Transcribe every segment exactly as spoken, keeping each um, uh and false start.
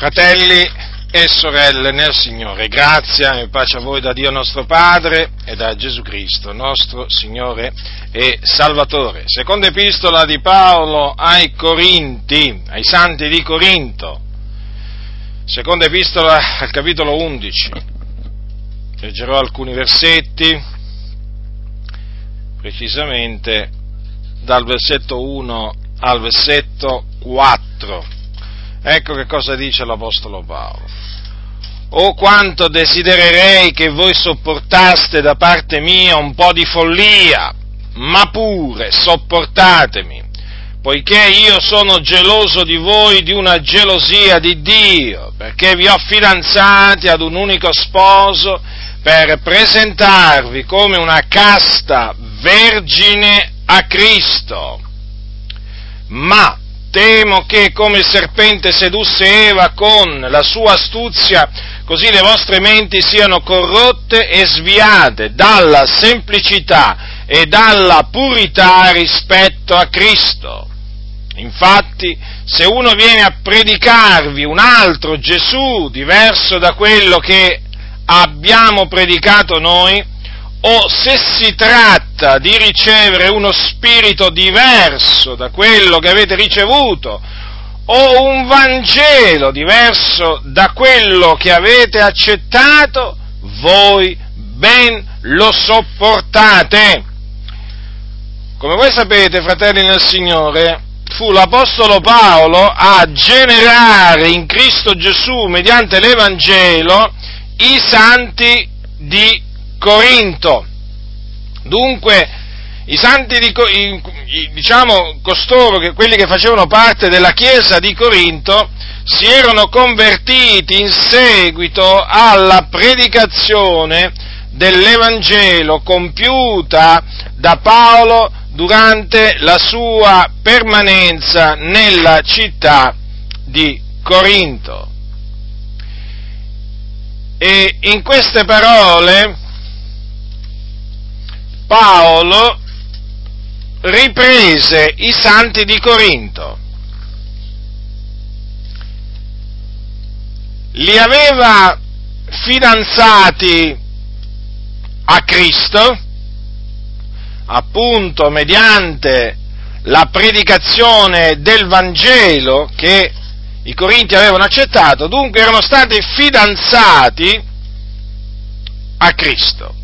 Fratelli e sorelle nel Signore, grazia e pace a voi da Dio nostro Padre e da Gesù Cristo, nostro Signore e Salvatore. Seconda epistola di Paolo ai Corinti, ai santi di Corinto. Seconda epistola al capitolo undici. Leggerò alcuni versetti, precisamente dal versetto uno al versetto quattro. Ecco che cosa dice l'Apostolo Paolo. «Oh, quanto desidererei che voi sopportaste da parte mia un po' di follia, ma pure sopportatemi, poiché io sono geloso di voi di una gelosia di Dio, perché vi ho fidanzati ad un unico sposo per presentarvi come una casta vergine a Cristo. Ma temo che, come il serpente sedusse Eva con la sua astuzia, così le vostre menti siano corrotte e sviate dalla semplicità e dalla purità rispetto a Cristo. Infatti, se uno viene a predicarvi un altro Gesù diverso da quello che abbiamo predicato noi, o se si tratta di ricevere uno spirito diverso da quello che avete ricevuto, o un Vangelo diverso da quello che avete accettato, voi ben lo sopportate. Come voi sapete, fratelli nel Signore, fu l'Apostolo Paolo a generare in Cristo Gesù, mediante l'Evangelo, i santi di Corinto. Dunque, i santi di diciamo costoro, che quelli che facevano parte della chiesa di Corinto, si erano convertiti in seguito alla predicazione dell'Evangelo compiuta da Paolo durante la sua permanenza nella città di Corinto. E in queste parole Paolo riprese i santi di Corinto, li aveva fidanzati a Cristo, appunto mediante la predicazione del Vangelo che i Corinti avevano accettato. Dunque erano stati fidanzati a Cristo.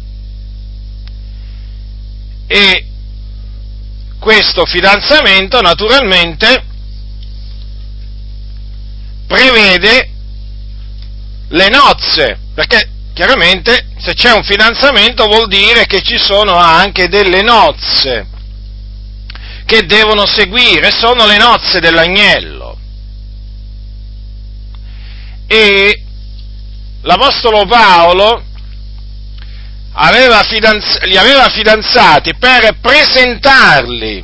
E questo fidanzamento naturalmente prevede le nozze, perché chiaramente se c'è un fidanzamento vuol dire che ci sono anche delle nozze che devono seguire, sono le nozze dell'agnello. E l'Apostolo Paolo aveva fidanz- li aveva fidanzati per presentarli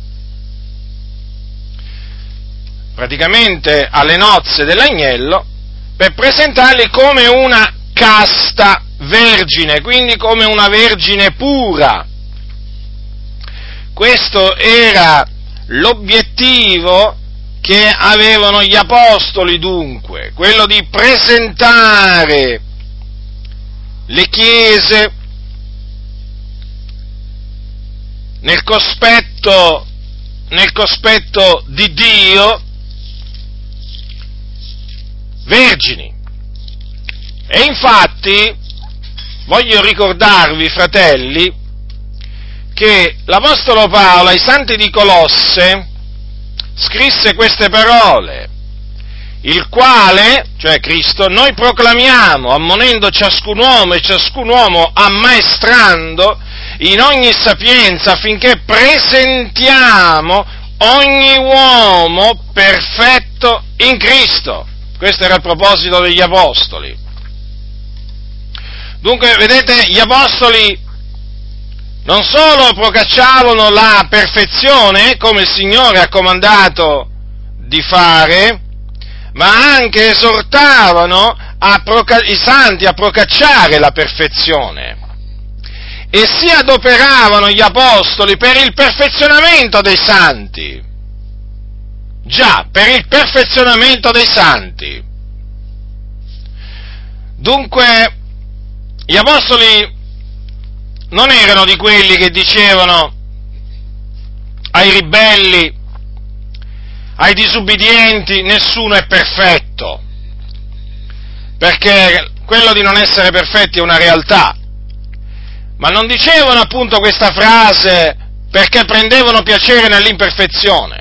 praticamente alle nozze dell'agnello, per presentarli come una casta vergine, quindi come una vergine pura. Questo era l'obiettivo che avevano gli apostoli, dunque, quello di presentare le chiese nel cospetto, nel cospetto di Dio vergini. E infatti voglio ricordarvi, fratelli, che l'Apostolo Paolo ai santi di Colosse scrisse queste parole: il quale, cioè Cristo, noi proclamiamo, ammonendo ciascun uomo e ciascun uomo ammaestrando in ogni sapienza, affinché presentiamo ogni uomo perfetto in Cristo. Questo era il proposito degli apostoli. Dunque, vedete, gli apostoli non solo procacciavano la perfezione, come il Signore ha comandato di fare, ma anche esortavano a proca- i santi a procacciare la perfezione. E si adoperavano gli apostoli per il perfezionamento dei santi. Già, per il perfezionamento dei santi. Dunque, gli apostoli non erano di quelli che dicevano ai ribelli, ai disubbidienti, nessuno è perfetto, perché quello di non essere perfetti è una realtà, ma non dicevano appunto questa frase perché prendevano piacere nell'imperfezione.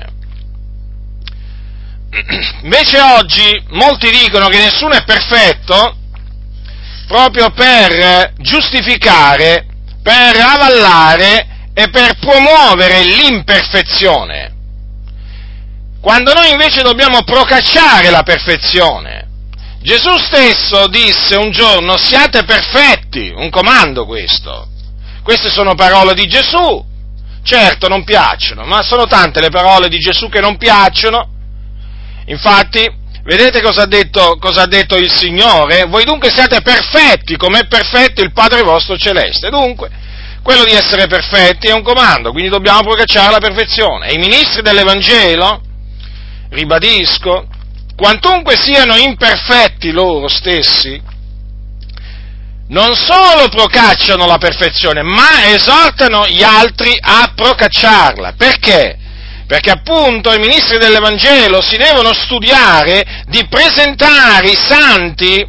Invece oggi molti dicono che nessuno è perfetto proprio per giustificare, per avallare e per promuovere l'imperfezione, quando noi invece dobbiamo procacciare la perfezione. Gesù stesso disse un giorno: siate perfetti, un comando questo. Queste sono parole di Gesù, certo non piacciono, ma sono tante le parole di Gesù che non piacciono. Infatti, vedete cosa ha detto, cosa ha detto il Signore? Voi dunque siate perfetti, come è perfetto il Padre vostro celeste. Dunque, quello di essere perfetti è un comando, quindi dobbiamo procacciare la perfezione. E i ministri dell'Evangelo, ribadisco, quantunque siano imperfetti loro stessi, non solo procacciano la perfezione, ma esortano gli altri a procacciarla. Perché? Perché appunto i ministri dell'Evangelo si devono studiare di presentare i santi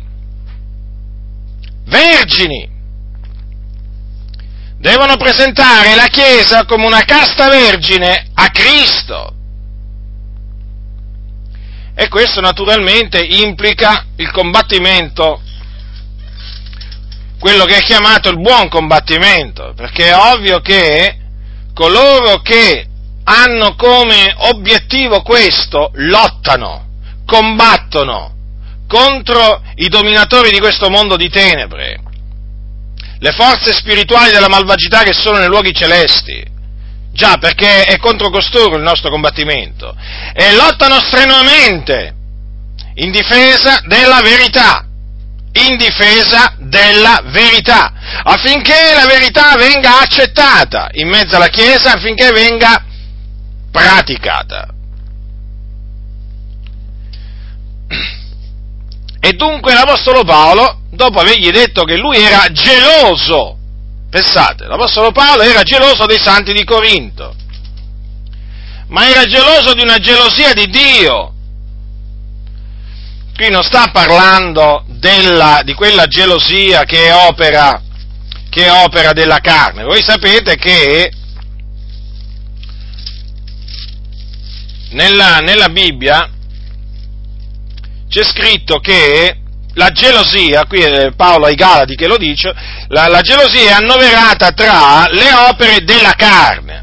vergini, devono presentare la Chiesa come una casta vergine a Cristo. E questo naturalmente implica il combattimento, quello che è chiamato il buon combattimento, perché è ovvio che coloro che hanno come obiettivo questo lottano, combattono contro i dominatori di questo mondo di tenebre, le forze spirituali della malvagità che sono nei luoghi celesti. Già, perché è contro costoro il nostro combattimento, e lottano strenuamente in difesa della verità, in difesa della verità, affinché la verità venga accettata in mezzo alla Chiesa, affinché venga praticata. E dunque l'Apostolo Paolo, dopo avergli detto che lui era geloso, pensate, l'Apostolo Paolo era geloso dei santi di Corinto, ma era geloso di una gelosia di Dio. Qui non sta parlando della, di quella gelosia che è opera, che è opera della carne. Voi sapete che nella, nella Bibbia c'è scritto che la gelosia, qui è Paolo ai Galati che lo dice, la, la gelosia è annoverata tra le opere della carne.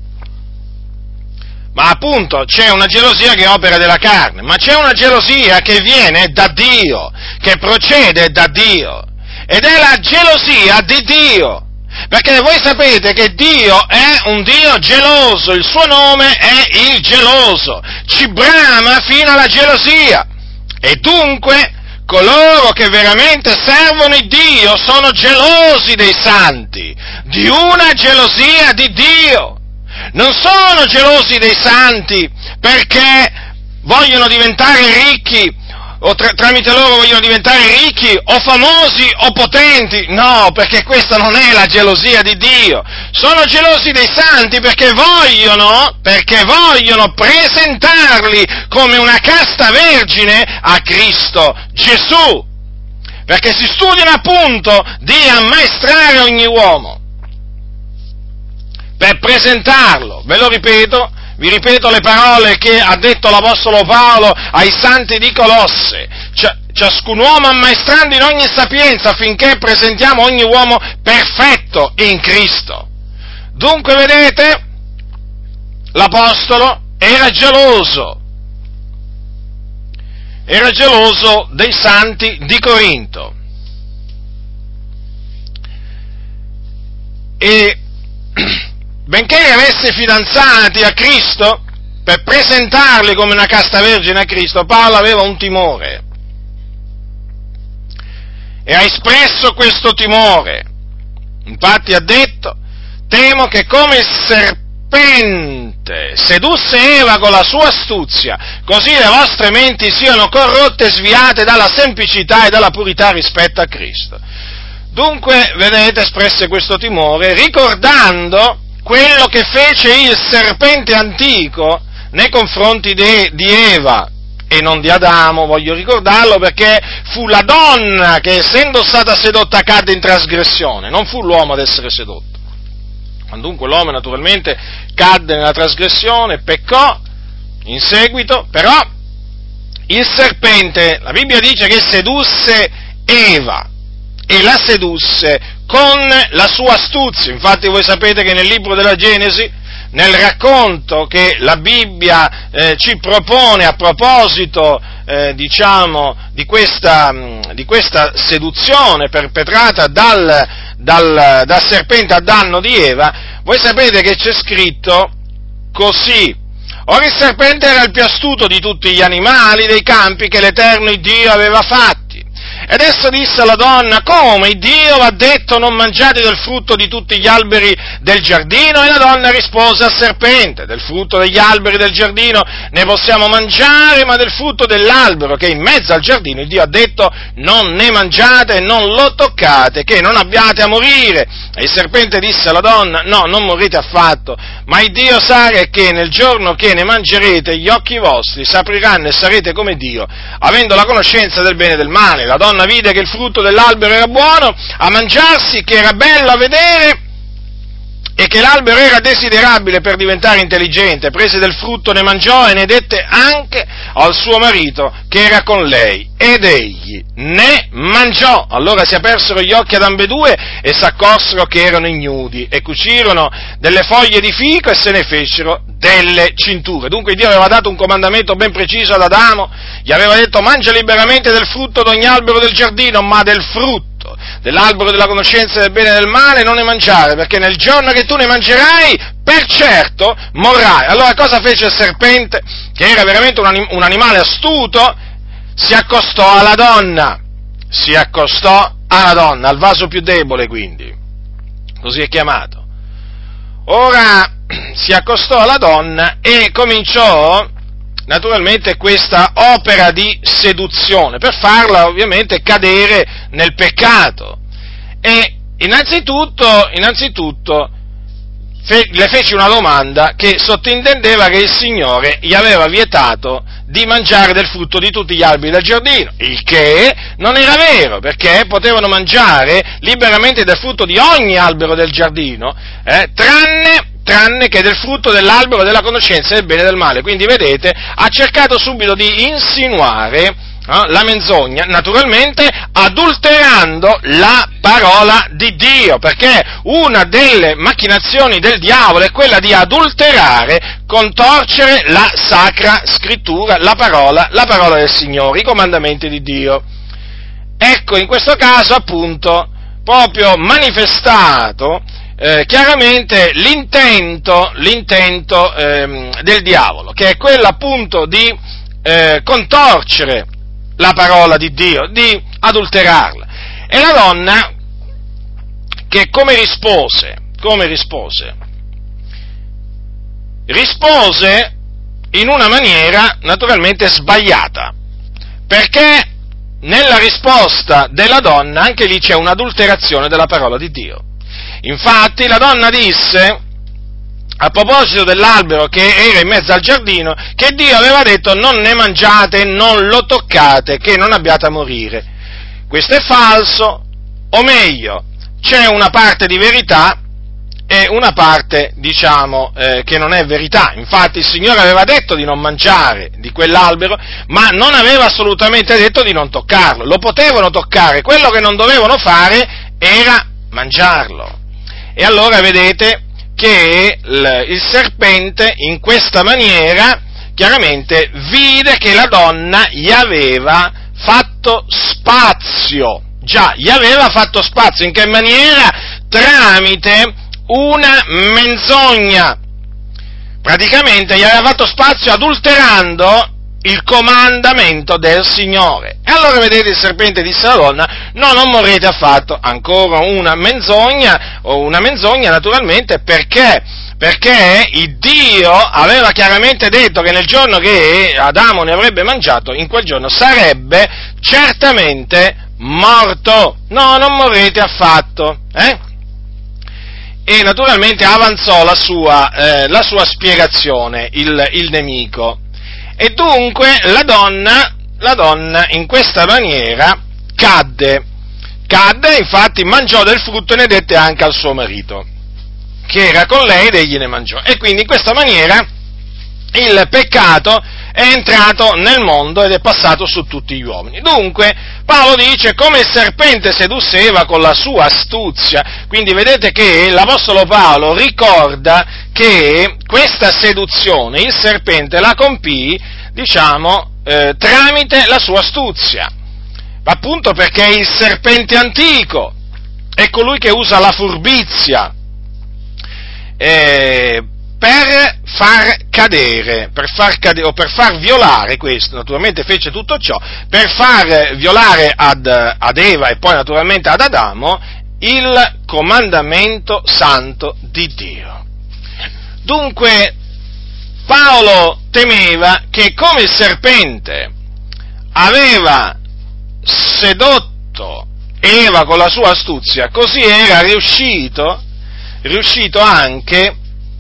Ma appunto c'è una gelosia che è opera della carne, ma c'è una gelosia che viene da Dio, che procede da Dio, ed è la gelosia di Dio, perché voi sapete che Dio è un Dio geloso, il suo nome è il geloso, ci brama fino alla gelosia, e dunque coloro che veramente servono il Dio sono gelosi dei santi, di una gelosia di Dio. Non sono gelosi dei santi perché vogliono diventare ricchi, o tra, tramite loro vogliono diventare ricchi, o famosi, o potenti. No, perché questa non è la gelosia di Dio. Sono gelosi dei santi perché vogliono, perché vogliono presentarli come una casta vergine a Cristo Gesù. Perché si studiano appunto di ammaestrare ogni uomo per presentarlo, ve lo ripeto, vi ripeto le parole che ha detto l'Apostolo Paolo ai santi di Colosse: ciascun uomo ammaestrando in ogni sapienza, affinché presentiamo ogni uomo perfetto in Cristo. Dunque, vedete, l'Apostolo era geloso, era geloso dei santi di Corinto, e benché li avesse fidanzati a Cristo, per presentarli come una casta vergine a Cristo, Paolo aveva un timore, e ha espresso questo timore. Infatti ha detto: temo che come il, ser- serpente sedusse Eva con la sua astuzia, così le vostre menti siano corrotte e sviate dalla semplicità e dalla purità rispetto a Cristo. Dunque, vedete, espresse questo timore, ricordando quello che fece il serpente antico nei confronti de, di Eva, e non di Adamo, voglio ricordarlo, perché fu la donna che, essendo stata sedotta, cadde in trasgressione, non fu l'uomo ad essere sedotto. Dunque l'uomo naturalmente cadde nella trasgressione, peccò in seguito, però il serpente, la Bibbia dice che sedusse Eva, e la sedusse con la sua astuzia. Infatti voi sapete che nel libro della Genesi, nel racconto che la Bibbia eh, ci propone a proposito, eh, diciamo, di questa, di questa seduzione perpetrata dal, dal, dal serpente a danno di Eva, voi sapete che c'è scritto così: ora il serpente era il più astuto di tutti gli animali dei campi che l'Eterno Dio aveva fatti. Ed esso disse alla donna: come? Dio v'ha detto non mangiate del frutto di tutti gli alberi del giardino? E la donna rispose al serpente: del frutto degli alberi del giardino ne possiamo mangiare, ma del frutto dell'albero che è in mezzo al giardino Dio ha detto non ne mangiate e non lo toccate, che non abbiate a morire. E il serpente disse alla donna: no, non morrete affatto, ma il Dio sa che nel giorno che ne mangerete gli occhi vostri s'apriranno e sarete come Dio, avendo la conoscenza del bene e del male. La donna vide che il frutto dell'albero era buono a mangiarsi, che era bello a vedere e che l'albero era desiderabile per diventare intelligente. Prese del frutto, ne mangiò e ne dette anche al suo marito che era con lei, ed egli ne mangiò. Allora si apersero gli occhi ad ambedue e s'accorsero che erano ignudi, e cucirono delle foglie di fico e se ne fecero delle cinture. Dunque Dio aveva dato un comandamento ben preciso ad Adamo, gli aveva detto: mangia liberamente del frutto d'ogni albero del giardino, ma del frutto dell'albero della conoscenza del bene e del male non ne mangiare, perché nel giorno che tu ne mangerai, per certo morrai. Allora cosa fece il serpente, che era veramente un, anim- un animale astuto? Si accostò alla donna, si accostò alla donna, al vaso più debole, quindi, così è chiamato. Ora si accostò alla donna e cominciò naturalmente questa opera di seduzione, per farla ovviamente cadere nel peccato. E innanzitutto, innanzitutto fe, le fece una domanda che sottintendeva che il Signore gli aveva vietato di mangiare del frutto di tutti gli alberi del giardino, il che non era vero, perché potevano mangiare liberamente del frutto di ogni albero del giardino, eh, tranne tranne che del frutto dell'albero della conoscenza del bene e del male. Quindi vedete, ha cercato subito di insinuare eh, la menzogna, naturalmente adulterando la parola di Dio, perché una delle macchinazioni del diavolo è quella di adulterare, contorcere la Sacra Scrittura, la parola, la parola del Signore, i comandamenti di Dio. Ecco, in questo caso appunto, proprio manifestato Eh, chiaramente l'intento, l'intento ehm, del diavolo, che è quello appunto di eh, contorcere la parola di Dio, di adulterarla. E la donna, che come rispose, come rispose? Rispose in una maniera naturalmente sbagliata, perché nella risposta della donna anche lì c'è un'adulterazione della parola di Dio. Infatti la donna disse, a proposito dell'albero che era in mezzo al giardino, che Dio aveva detto non ne mangiate, non lo toccate, che non abbiate a morire. Questo è falso, o meglio, c'è una parte di verità e una parte, diciamo, eh, che non è verità. Infatti il Signore aveva detto di non mangiare di quell'albero, ma non aveva assolutamente detto di non toccarlo. Lo potevano toccare, quello che non dovevano fare era mangiarlo. E allora vedete che il, il serpente in questa maniera chiaramente vide che la donna gli aveva fatto spazio, già, gli aveva fatto spazio, in che maniera? Tramite una menzogna, praticamente gli aveva fatto spazio adulterando il comandamento del Signore. E allora vedete il serpente disse alla donna: no, non morrete affatto. Ancora una menzogna, o una menzogna naturalmente, perché? perché il Dio aveva chiaramente detto che nel giorno che Adamo ne avrebbe mangiato, in quel giorno sarebbe certamente morto. No, non morrete affatto, eh? E naturalmente avanzò la sua, eh, la sua spiegazione, il, il nemico. E dunque la donna, la donna in questa maniera cadde, cadde, infatti mangiò del frutto e ne dette anche al suo marito, che era con lei ed egli ne mangiò. E quindi in questa maniera il peccato è entrato nel mondo ed è passato su tutti gli uomini. Dunque, Paolo dice, come il serpente sedusse Eva con la sua astuzia. Quindi vedete che l'Apostolo Paolo ricorda che questa seduzione, il serpente la compì, diciamo, eh, tramite la sua astuzia. Appunto perché è il serpente antico, è colui che usa la furbizia, eh, per far cadere, per far cadere, o per far violare questo, naturalmente fece tutto ciò, per far violare ad, ad Eva e poi naturalmente ad Adamo il comandamento santo di Dio. Dunque, Paolo temeva che come il serpente aveva sedotto Eva con la sua astuzia, così era riuscito, riuscito anche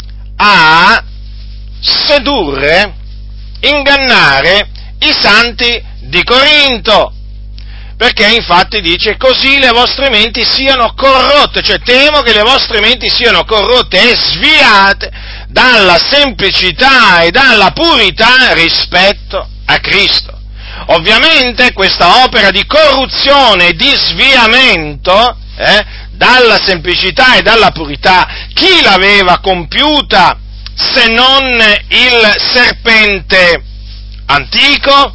a sedurre, ingannare i santi di Corinto, perché infatti dice, così le vostre menti siano corrotte, cioè temo che le vostre menti siano corrotte e sviate dalla semplicità e dalla purità rispetto a Cristo. Ovviamente questa opera di corruzione e di sviamento eh, dalla semplicità e dalla purità, chi l'aveva compiuta se non il serpente antico?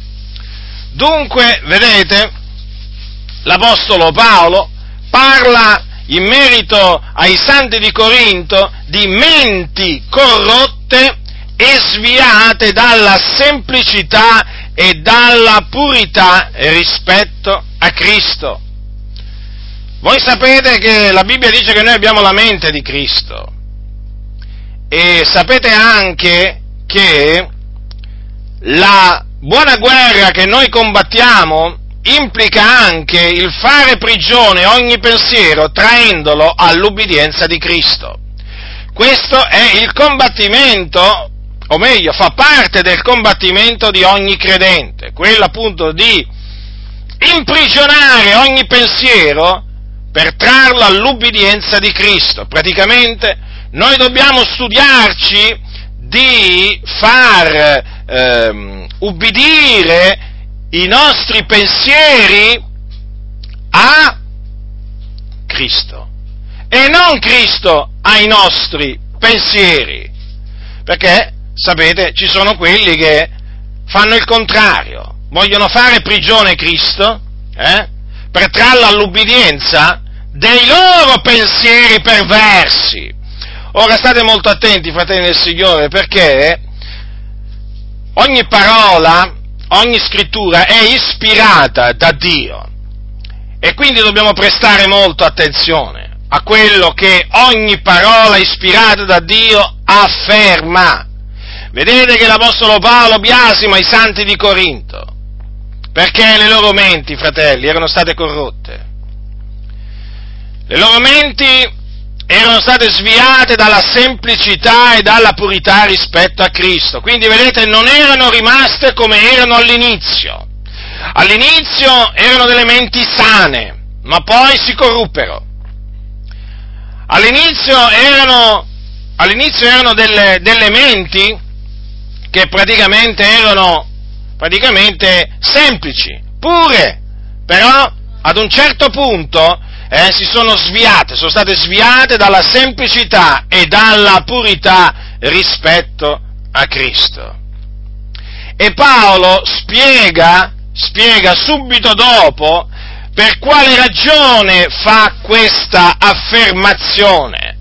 Dunque, vedete, l'Apostolo Paolo parla in merito ai santi di Corinto di menti corrotte e sviate dalla semplicità e dalla purità rispetto a Cristo. Voi sapete che la Bibbia dice che noi abbiamo la mente di Cristo e sapete anche che la buona guerra che noi combattiamo implica anche il fare prigione ogni pensiero traendolo all'ubbidienza di Cristo. Questo è il combattimento, o meglio, fa parte del combattimento di ogni credente, quello appunto di imprigionare ogni pensiero per trarlo all'ubbidienza di Cristo. Praticamente noi dobbiamo studiarci di far ehm, ubbidire i nostri pensieri a Cristo e non Cristo ai nostri pensieri, perché sapete, ci sono quelli che fanno il contrario, vogliono fare prigione Cristo eh, per trarlo all'ubbidienza dei loro pensieri perversi. Ora state molto attenti, fratelli del Signore, perché ogni parola, ogni scrittura è ispirata da Dio e quindi dobbiamo prestare molto attenzione a quello che ogni parola ispirata da Dio afferma. Vedete che l'Apostolo Paolo biasima i santi di Corinto perché le loro menti, fratelli, erano state corrotte. Le loro menti erano state sviate dalla semplicità e dalla purità rispetto a Cristo. Quindi, vedete, non erano rimaste come erano all'inizio. All'inizio erano delle menti sane, ma poi si corruppero. All'inizio erano, all'inizio erano delle, delle menti che praticamente erano praticamente semplici, pure, però ad un certo punto Eh, si sono sviate, sono state sviate dalla semplicità e dalla purità rispetto a Cristo. E Paolo spiega, spiega subito dopo per quale ragione fa questa affermazione.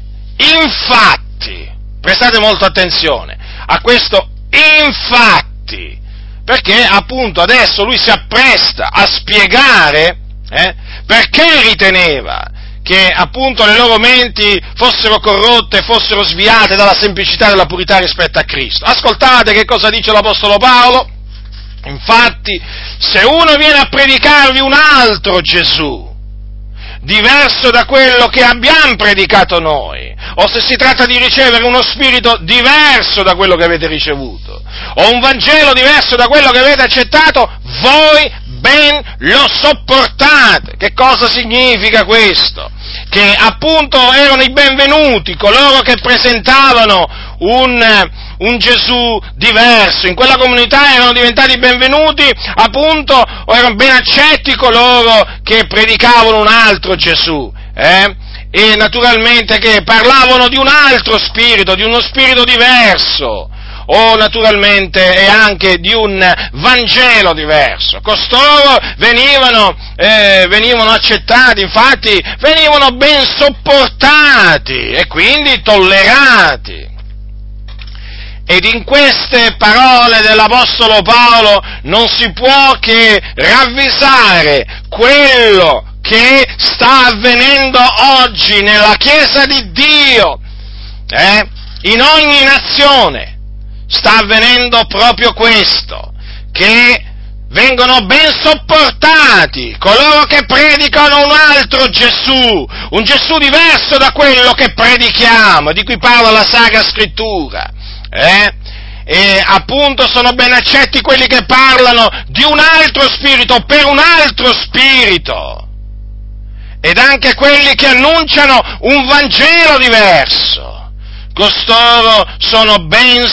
Infatti, prestate molto attenzione a questo infatti, perché appunto adesso lui si appresta a spiegare Eh, perché riteneva che appunto le loro menti fossero corrotte, fossero sviate dalla semplicità e dalla purità rispetto a Cristo. Ascoltate che cosa dice l'Apostolo Paolo. Infatti, se uno viene a predicarvi un altro Gesù, diverso da quello che abbiamo predicato noi, o se si tratta di ricevere uno spirito diverso da quello che avete ricevuto, o un Vangelo diverso da quello che avete accettato, voi ben lo sopportate. Che cosa significa questo? Che appunto erano i benvenuti, coloro che presentavano un, un Gesù diverso, in quella comunità erano diventati benvenuti, appunto, o erano ben accetti coloro che predicavano un altro Gesù, eh? E naturalmente che parlavano di un altro spirito, di uno spirito diverso, o naturalmente e anche di un Vangelo diverso. Costoro venivano, eh, venivano accettati, infatti venivano ben sopportati e quindi tollerati. Ed in queste parole dell'Apostolo Paolo non si può che ravvisare quello che sta avvenendo oggi nella Chiesa di Dio, eh, in ogni nazione. Sta avvenendo proprio questo, che vengono ben sopportati coloro che predicano un altro Gesù, un Gesù diverso da quello che predichiamo, di cui parla la Sacra Scrittura, eh? E appunto sono ben accetti quelli che parlano di un altro spirito, per un altro spirito, ed anche quelli che annunciano un Vangelo diverso. Costoro sono ben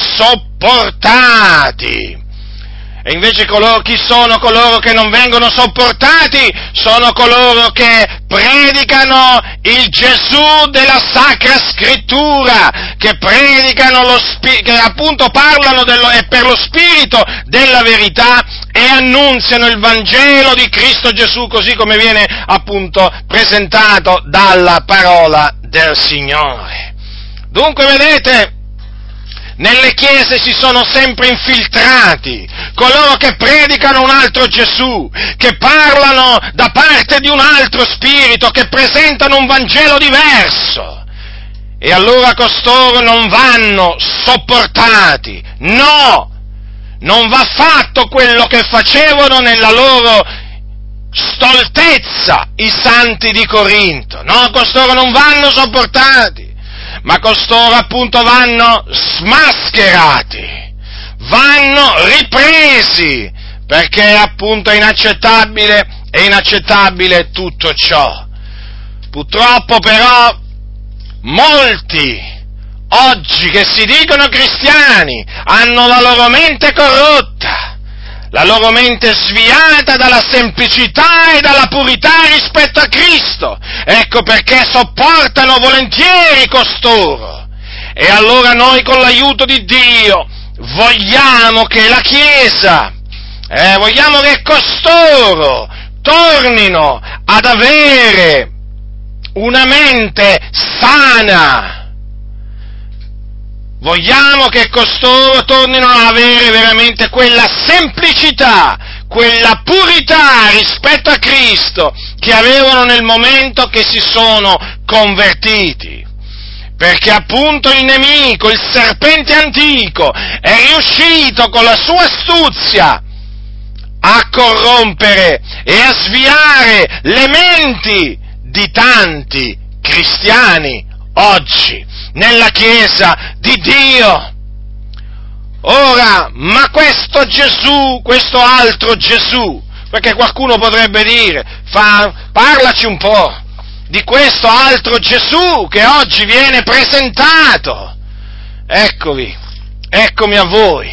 sopportati. E invece coloro, chi sono coloro che non vengono sopportati? Sono coloro che predicano il Gesù della Sacra Scrittura, che predicano lo Spirito, che appunto parlano dello, e per lo Spirito della verità, e annunziano il Vangelo di Cristo Gesù così come viene appunto presentato dalla parola del Signore. Dunque, vedete, nelle chiese si sono sempre infiltrati coloro che predicano un altro Gesù, che parlano da parte di un altro spirito, che presentano un Vangelo diverso. E allora costoro non vanno sopportati. No! Non va fatto quello che facevano nella loro stoltezza i santi di Corinto. No, costoro non vanno sopportati. Ma costoro appunto vanno smascherati, vanno ripresi, perché appunto è inaccettabile, è inaccettabile tutto ciò. Purtroppo però molti oggi che si dicono cristiani hanno la loro mente corrotta, la loro mente sviata dalla semplicità e dalla purità rispetto a Cristo. Ecco perché sopportano volentieri costoro. E allora noi con l'aiuto di Dio vogliamo che la Chiesa, eh, vogliamo che costoro tornino ad avere una mente sana. Vogliamo che costoro tornino ad avere veramente quella semplicità, quella purità rispetto a Cristo che avevano nel momento che si sono convertiti. Perché appunto il nemico, il serpente antico, è riuscito con la sua astuzia a corrompere e a sviare le menti di tanti cristiani oggi nella Chiesa di Dio. Ora, ma questo Gesù, questo altro Gesù, perché qualcuno potrebbe dire, fa, parlaci un po' di questo altro Gesù che oggi viene presentato. Eccovi, eccomi a voi.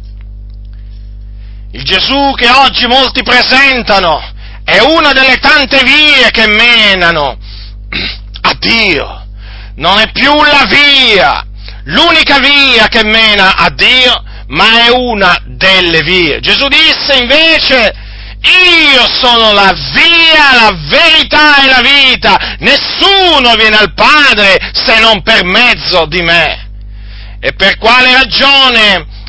Il Gesù che oggi molti presentano è una delle tante vie che menano a Dio. Non è più la via, l'unica via che mena a Dio, ma è una delle vie. Gesù disse invece: io sono la via, la verità e la vita, nessuno viene al Padre se non per mezzo di me. E per quale ragione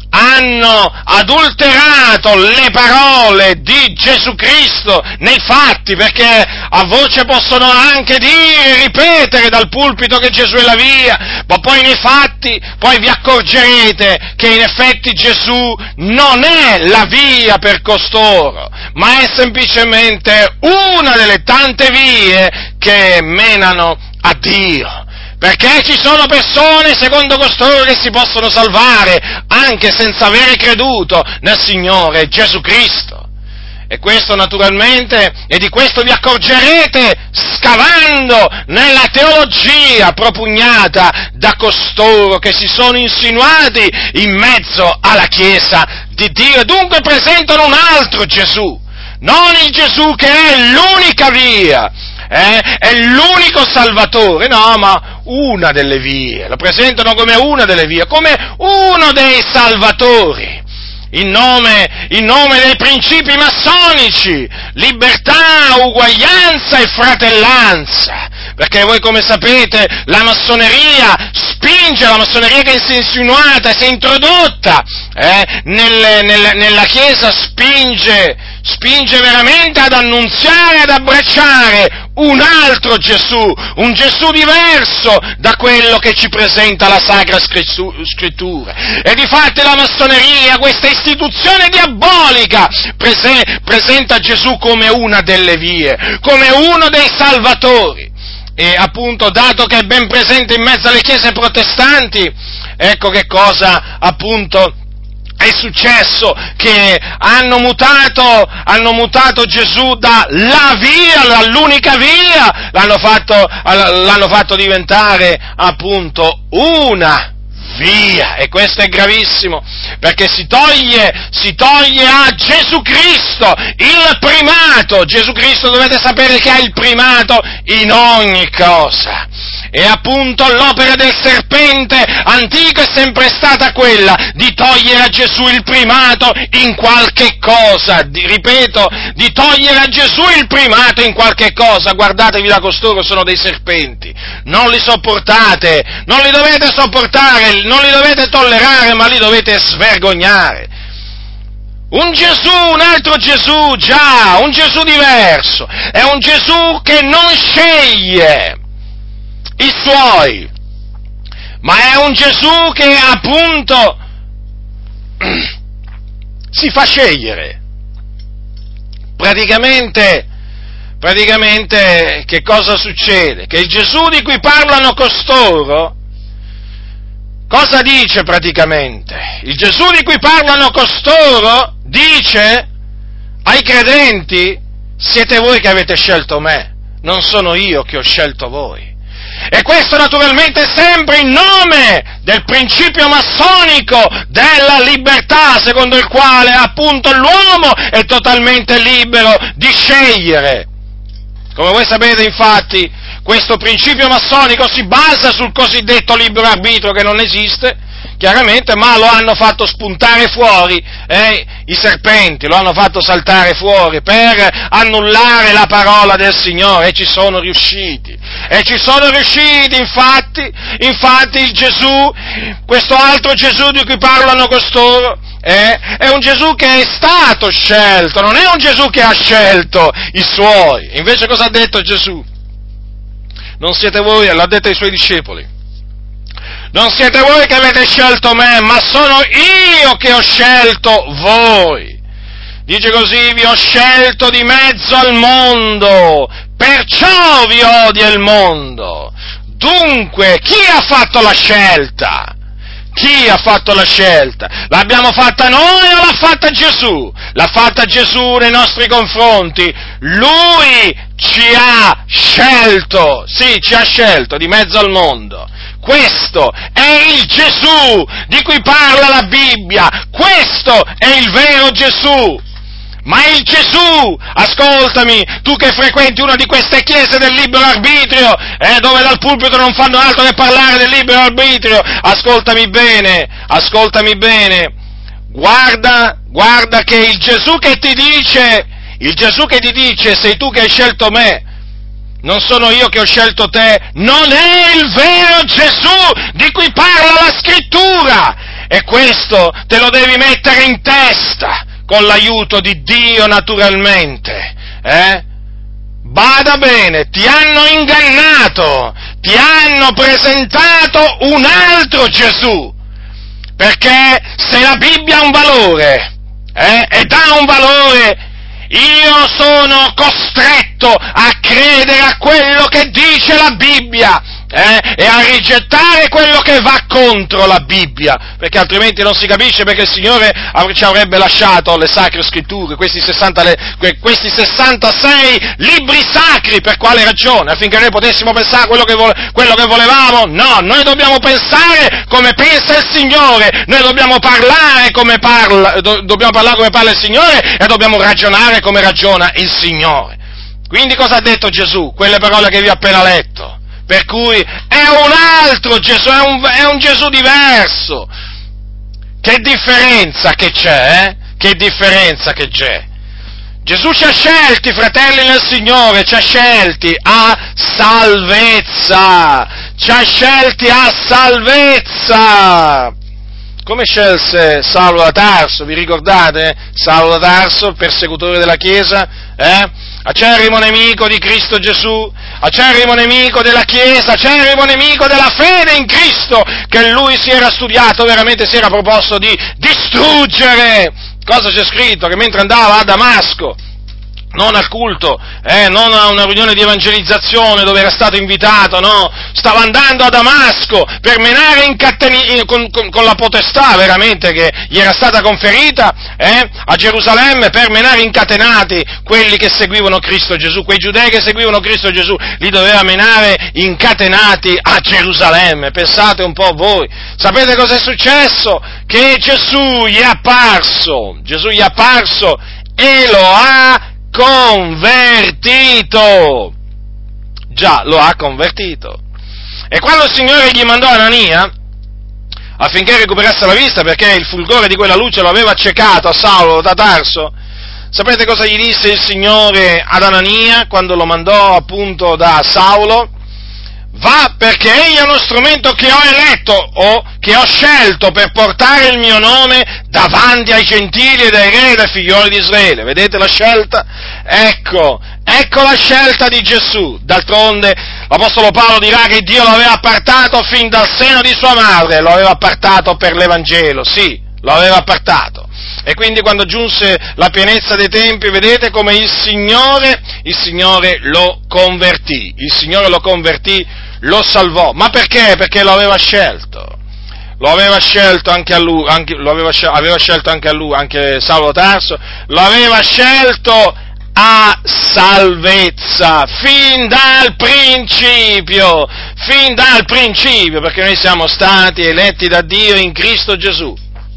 hanno adulterato le parole di Gesù Cristo nei fatti, perché a voce possono anche dire, ripetere dal pulpito che Gesù è la via, ma poi nei fatti, poi vi accorgerete che in effetti Gesù non è la via per costoro, ma è semplicemente una delle tante vie che menano a Dio. Perché ci sono persone, secondo costoro, che si possono salvare anche senza avere creduto nel Signore Gesù Cristo. E questo naturalmente, e di questo vi accorgerete scavando nella teologia propugnata da costoro che si sono insinuati in mezzo alla Chiesa di Dio, e dunque presentano un altro Gesù, non il Gesù che è l'unica via, Eh, è l'unico Salvatore, no, ma una delle vie, lo presentano come una delle vie, come uno dei Salvatori, in nome, in nome dei principi massonici, libertà, uguaglianza e fratellanza, perché voi come sapete la massoneria spinge, la massoneria che si è insinuata, si è introdotta eh, nel, nel, nella Chiesa, spinge, spinge veramente ad annunziare, ad abbracciare un altro Gesù, un Gesù diverso da quello che ci presenta la Sacra Scrittura. E difatti la massoneria, questa istituzione diabolica, prese, presenta Gesù come una delle vie, come uno dei salvatori. E appunto, dato che è ben presente in mezzo alle chiese protestanti, ecco che cosa appunto è successo, che hanno mutato, hanno mutato Gesù da la via, dall'unica via, l'hanno fatto, l'hanno fatto diventare appunto una via, e questo è gravissimo, perché si toglie, si toglie a Gesù Cristo il primato. Gesù Cristo, dovete sapere che ha il primato in ogni cosa. E appunto l'opera del serpente antico è sempre stata quella di togliere a Gesù il primato in qualche cosa, di, ripeto, di togliere a Gesù il primato in qualche cosa. Guardatevi da costoro, sono dei serpenti, non li sopportate, non li dovete sopportare, non li dovete tollerare, ma li dovete svergognare. Un Gesù, un altro Gesù, già, un Gesù diverso, è un Gesù che non sceglie i suoi, ma è un Gesù che appunto si fa scegliere. Praticamente, praticamente che cosa succede? Che il Gesù di cui parlano costoro, cosa dice praticamente? Il Gesù di cui parlano costoro dice ai credenti: siete voi che avete scelto me, non sono io che ho scelto voi. E questo naturalmente sempre in nome del principio massonico della libertà, secondo il quale appunto l'uomo è totalmente libero di scegliere. Come voi sapete, infatti, questo principio massonico si basa sul cosiddetto libero arbitrio, che non esiste, chiaramente, ma lo hanno fatto spuntare fuori, eh, i serpenti, lo hanno fatto saltare fuori per annullare la parola del Signore, e ci sono riusciti, e ci sono riusciti, infatti, infatti il Gesù, questo altro Gesù di cui parlano costoro, eh, è un Gesù che è stato scelto, non è un Gesù che ha scelto i suoi. Invece cosa ha detto Gesù? Non siete voi, l'ha detto ai suoi discepoli, non siete voi che avete scelto me, ma sono io che ho scelto voi. Dice così: vi ho scelto di mezzo al mondo, perciò vi odia il mondo. Dunque, chi ha fatto la scelta? Chi ha fatto la scelta? L'abbiamo fatta noi o l'ha fatta Gesù? L'ha fatta Gesù nei nostri confronti. Lui ci ha scelto, sì, ci ha scelto di mezzo al mondo. Questo è il Gesù di cui parla la Bibbia, questo è il vero Gesù. Ma il Gesù, ascoltami, tu che frequenti una di queste chiese del libero arbitrio, eh, dove dal pulpito non fanno altro che parlare del libero arbitrio, ascoltami bene, ascoltami bene, guarda, guarda che il Gesù che ti dice, il Gesù che ti dice sei tu che hai scelto me, non sono io che ho scelto te, non è il vero Gesù di cui parla la Scrittura. E questo te lo devi mettere in testa, con l'aiuto di Dio naturalmente, eh? Bada bene, ti hanno ingannato, ti hanno presentato un altro Gesù, perché se la Bibbia ha un valore, eh, ed ha un valore, io sono costretto a credere a quello che dice la Bibbia, eh, e a rigettare quello che va contro la Bibbia, perché altrimenti non si capisce perché il Signore ci avrebbe lasciato le sacre scritture, questi, sessanta, questi sessantasei libri sacri, per quale ragione? Affinché noi potessimo pensare quello che, vo- quello che volevamo? No, noi dobbiamo pensare come pensa il Signore, noi dobbiamo parlare come parla, do- dobbiamo parlare come parla il Signore e dobbiamo ragionare come ragiona il Signore. Quindi cosa ha detto Gesù? Quelle parole che vi ho appena letto. Per cui è un altro Gesù, è un, è un Gesù diverso. Che differenza che c'è, eh? Che differenza che c'è? Gesù ci ha scelti, fratelli nel Signore, ci ha scelti a salvezza, ci ha scelti a salvezza. Come scelse Saulo da Tarso, vi ricordate? Saulo da Tarso, persecutore della Chiesa, eh? Acerrimo nemico di Cristo Gesù, acerrimo nemico della Chiesa, acerrimo nemico della fede in Cristo, che lui si era studiato, veramente si era proposto di distruggere. Cosa c'è scritto? Che mentre andava a Damasco, non al culto, eh, non a una riunione di evangelizzazione dove era stato invitato, no, stava andando a Damasco per menare in cateni- con, con, con la potestà veramente che gli era stata conferita, eh, a Gerusalemme per menare incatenati quelli che seguivano Cristo Gesù, quei giudei che seguivano Cristo Gesù, li doveva menare incatenati a Gerusalemme. Pensate un po' voi, sapete cosa è successo? Che Gesù gli è apparso, Gesù gli è apparso e lo ha convertito, già lo ha convertito. E quando il Signore gli mandò Anania affinché recuperasse la vista, perché il fulgore di quella luce lo aveva accecato a Saulo da Tarso, sapete cosa gli disse il Signore ad Anania quando lo mandò appunto da Saulo? Va, perché egli è uno strumento che ho eletto o che ho scelto per portare il mio nome davanti ai gentili e ai re e ai figlioli di Israele. Vedete la scelta? Ecco, ecco la scelta di Gesù. D'altronde l'Apostolo Paolo dirà che Dio lo aveva appartato fin dal seno di sua madre, lo aveva appartato per l'Evangelo, sì, lo aveva appartato. E quindi quando giunse la pienezza dei tempi, vedete come il Signore, il Signore lo convertì, il Signore lo convertì, lo salvò. Ma perché? Perché lo aveva scelto. Lo aveva scelto anche a lui, anche, lo aveva, aveva scelto anche a lui, anche Saulo Tarso, lo aveva scelto a salvezza, fin dal principio, fin dal principio, perché noi siamo stati eletti da Dio in Cristo Gesù.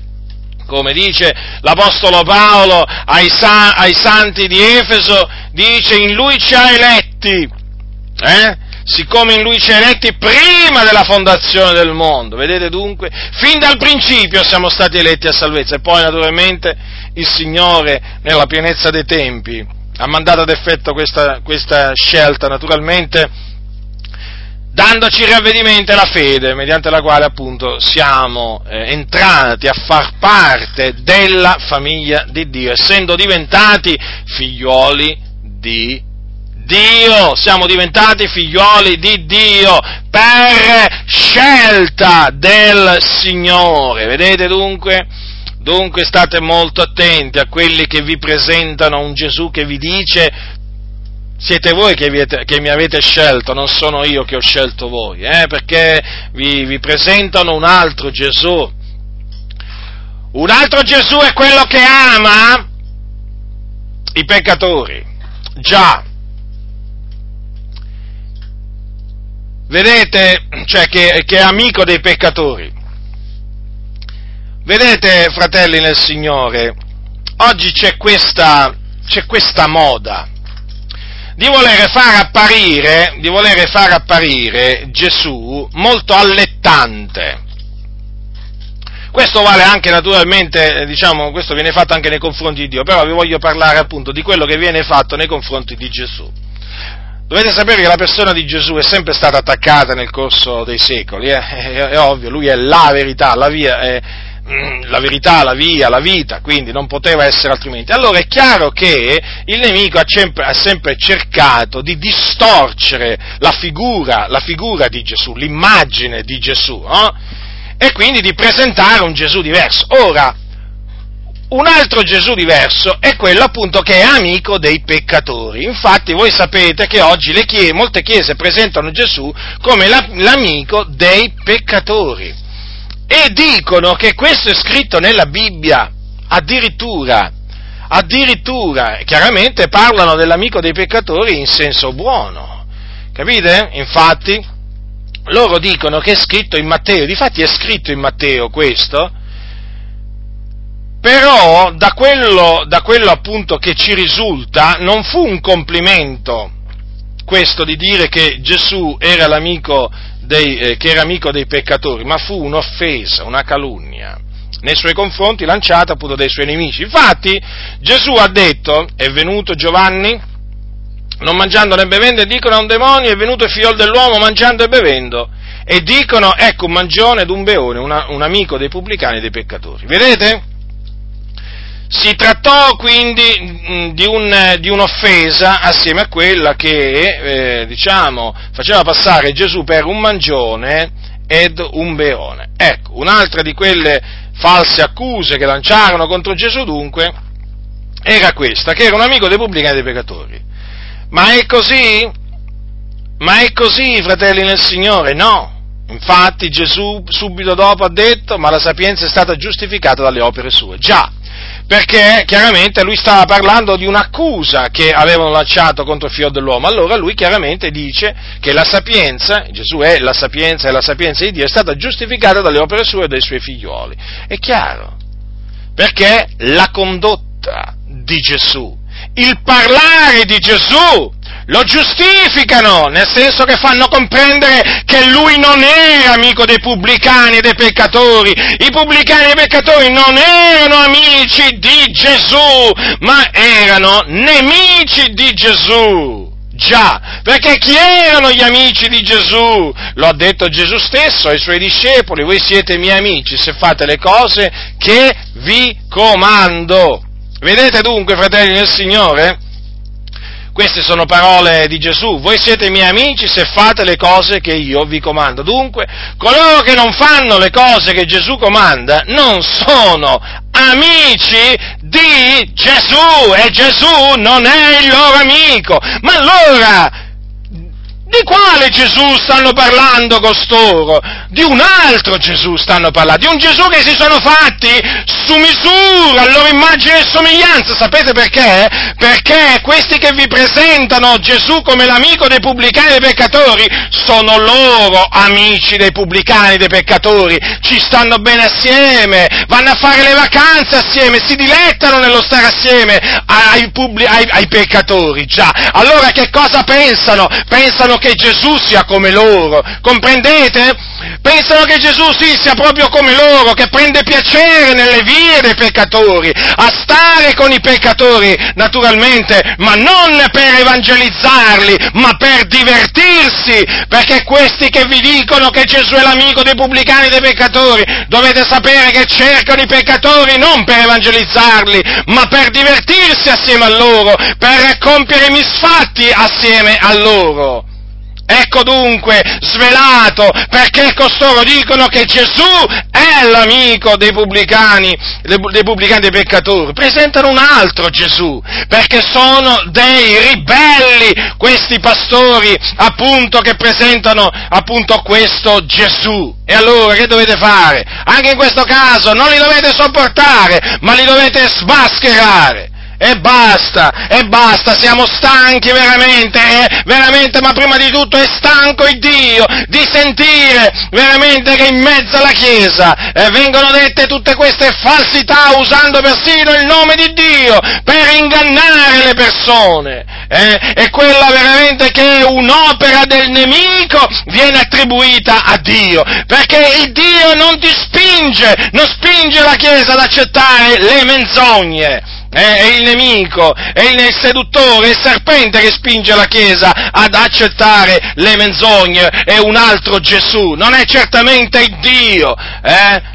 Come dice l'Apostolo Paolo ai, sa- ai santi di Efeso, dice: in Lui ci ha eletti, eh? Siccome in Lui ci ha eletti prima della fondazione del mondo. Vedete dunque? Fin dal principio siamo stati eletti a salvezza, e poi naturalmente il Signore, nella pienezza dei tempi, ha mandato ad effetto questa, questa scelta, naturalmente, dandoci ravvedimento e la fede, mediante la quale appunto siamo eh, entrati a far parte della famiglia di Dio, essendo diventati figlioli di Dio, siamo diventati figlioli di Dio per scelta del Signore. Vedete dunque? Dunque state molto attenti a quelli che vi presentano un Gesù che vi dice: siete voi che, viete, che mi avete scelto, non sono io che ho scelto voi, eh, perché vi, vi presentano un altro Gesù. Un altro Gesù è quello che ama i peccatori, già. Vedete, cioè che, che è amico dei peccatori. Vedete, fratelli nel Signore, oggi c'è questa, c'è questa moda di volere far apparire, di volere far apparire Gesù molto allettante. Questo vale anche naturalmente, diciamo, questo viene fatto anche nei confronti di Dio, però vi voglio parlare appunto di quello che viene fatto nei confronti di Gesù. Dovete sapere che la persona di Gesù è sempre stata attaccata nel corso dei secoli, eh? è, è ovvio, lui è la verità, la via, è, la verità, la via, la vita, quindi non poteva essere altrimenti. Allora è chiaro che il nemico ha sempre, ha sempre cercato di distorcere la figura, la figura di Gesù, l'immagine di Gesù, no? E quindi di presentare un Gesù diverso. Ora, un altro Gesù diverso è quello appunto che è amico dei peccatori. Infatti voi sapete che oggi le chiese, molte chiese presentano Gesù come la, l'amico dei peccatori. E dicono che questo è scritto nella Bibbia, addirittura, addirittura, chiaramente parlano dell'amico dei peccatori in senso buono, capite? Infatti, loro dicono che è scritto in Matteo, difatti è scritto in Matteo questo, però da quello, da quello appunto che ci risulta, non fu un complimento questo di dire che Gesù era l'amico dei, eh, che era amico dei peccatori, ma fu un'offesa, una calunnia nei suoi confronti lanciata appunto dai suoi nemici. Infatti Gesù ha detto: è venuto Giovanni non mangiando né bevendo, e dicono a un demonio, è venuto il figlio dell'uomo mangiando e bevendo, e dicono ecco un mangione ed un beone, una, un amico dei pubblicani e dei peccatori. Vedete? Si trattò quindi di, un, di un'offesa assieme a quella che, eh, diciamo, faceva passare Gesù per un mangione ed un beone. Ecco, un'altra di quelle false accuse che lanciarono contro Gesù dunque era questa, che era un amico dei pubblicani e dei peccatori. Ma è così? Ma è così, fratelli nel Signore? No. Infatti Gesù subito dopo ha detto: ma la sapienza è stata giustificata dalle opere sue. Già. Perché chiaramente lui stava parlando di un'accusa che avevano lanciato contro il figlio dell'uomo. Allora lui chiaramente dice che la sapienza, Gesù è la sapienza e la sapienza di Dio, è stata giustificata dalle opere sue e dai suoi figlioli. È chiaro, perché la condotta di Gesù, il parlare di Gesù, lo giustificano, nel senso che fanno comprendere che lui non era amico dei pubblicani e dei peccatori. I pubblicani e i peccatori non erano amici di Gesù, ma erano nemici di Gesù. Già, perché chi erano gli amici di Gesù? Lo ha detto Gesù stesso ai suoi discepoli: voi siete miei amici se fate le cose che vi comando. Vedete dunque, fratelli del Signore? Queste sono parole di Gesù: voi siete miei amici se fate le cose che io vi comando. Dunque, coloro che non fanno le cose che Gesù comanda non sono amici di Gesù, e Gesù non è il loro amico. Ma allora, di quale Gesù stanno parlando costoro? Di un altro Gesù stanno parlando, di un Gesù che si sono fatti su misura, a loro immagine e somiglianza. Sapete perché? Perché questi che vi presentano Gesù come l'amico dei pubblicani e dei peccatori sono loro amici dei pubblicani e dei peccatori, ci stanno bene assieme, vanno a fare le vacanze assieme, si dilettano nello stare assieme ai, pubblic- ai, ai peccatori, già. Allora che cosa pensano? Pensano che Gesù sia come loro, comprendete? Pensano che Gesù sì, sia proprio come loro, che prende piacere nelle vie dei peccatori, a stare con i peccatori, naturalmente, ma non per evangelizzarli, ma per divertirsi, perché questi che vi dicono che Gesù è l'amico dei pubblicani e dei peccatori, dovete sapere che cercano i peccatori non per evangelizzarli, ma per divertirsi assieme a loro, per compiere misfatti assieme a loro. Ecco dunque svelato perché costoro dicono che Gesù è l'amico dei pubblicani, dei pubblicani e dei peccatori. Presentano un altro Gesù, perché sono dei ribelli questi pastori, appunto, che presentano appunto questo Gesù. E allora che dovete fare? Anche in questo caso non li dovete sopportare, ma li dovete smascherare. E basta, e basta, siamo stanchi veramente, eh, veramente, ma prima di tutto è stanco il Dio di sentire veramente che in mezzo alla Chiesa eh, vengono dette tutte queste falsità usando persino il nome di Dio per ingannare le persone, eh, e quella veramente che è un'opera del nemico viene attribuita a Dio, perché il Dio non ti spinge, non spinge la Chiesa ad accettare le menzogne. Eh, è il nemico, è il seduttore, è il serpente che spinge la Chiesa ad accettare le menzogne, è un altro Gesù, non è certamente il Dio, eh?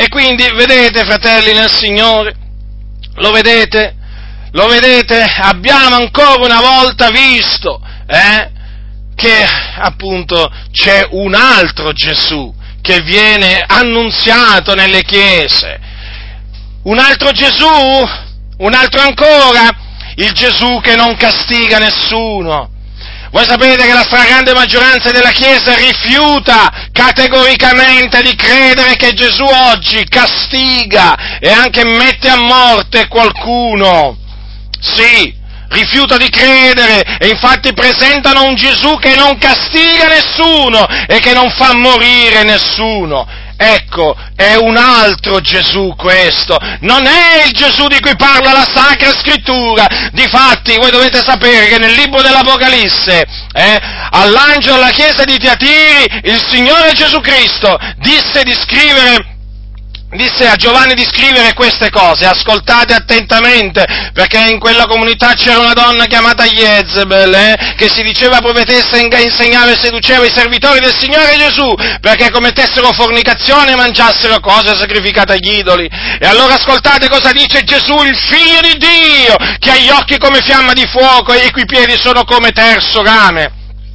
E quindi, vedete, fratelli nel Signore, lo vedete? Lo vedete? Abbiamo ancora una volta visto, eh, che appunto c'è un altro Gesù che viene annunziato nelle chiese. Un altro Gesù? Un altro ancora? Il Gesù che non castiga nessuno. Voi sapete che la stragrande maggioranza della Chiesa rifiuta categoricamente di credere che Gesù oggi castiga e anche mette a morte qualcuno. Sì, rifiuta di credere e infatti presentano un Gesù che non castiga nessuno e che non fa morire nessuno. Ecco, è un altro Gesù questo, non è il Gesù di cui parla la Sacra Scrittura. Difatti, voi dovete sapere che nel libro dell'Apocalisse, eh, all'angelo della chiesa di Tiatiri, il Signore Gesù Cristo disse di scrivere Disse a Giovanni di scrivere queste cose, ascoltate attentamente, perché in quella comunità c'era una donna chiamata Jezebel, eh, che si diceva profetessa e insegnava e seduceva i servitori del Signore Gesù, perché commettessero fornicazione e mangiassero cose sacrificate agli idoli. E allora ascoltate cosa dice Gesù, il Figlio di Dio, che ha gli occhi come fiamma di fuoco e i cui piedi sono come terzo rame.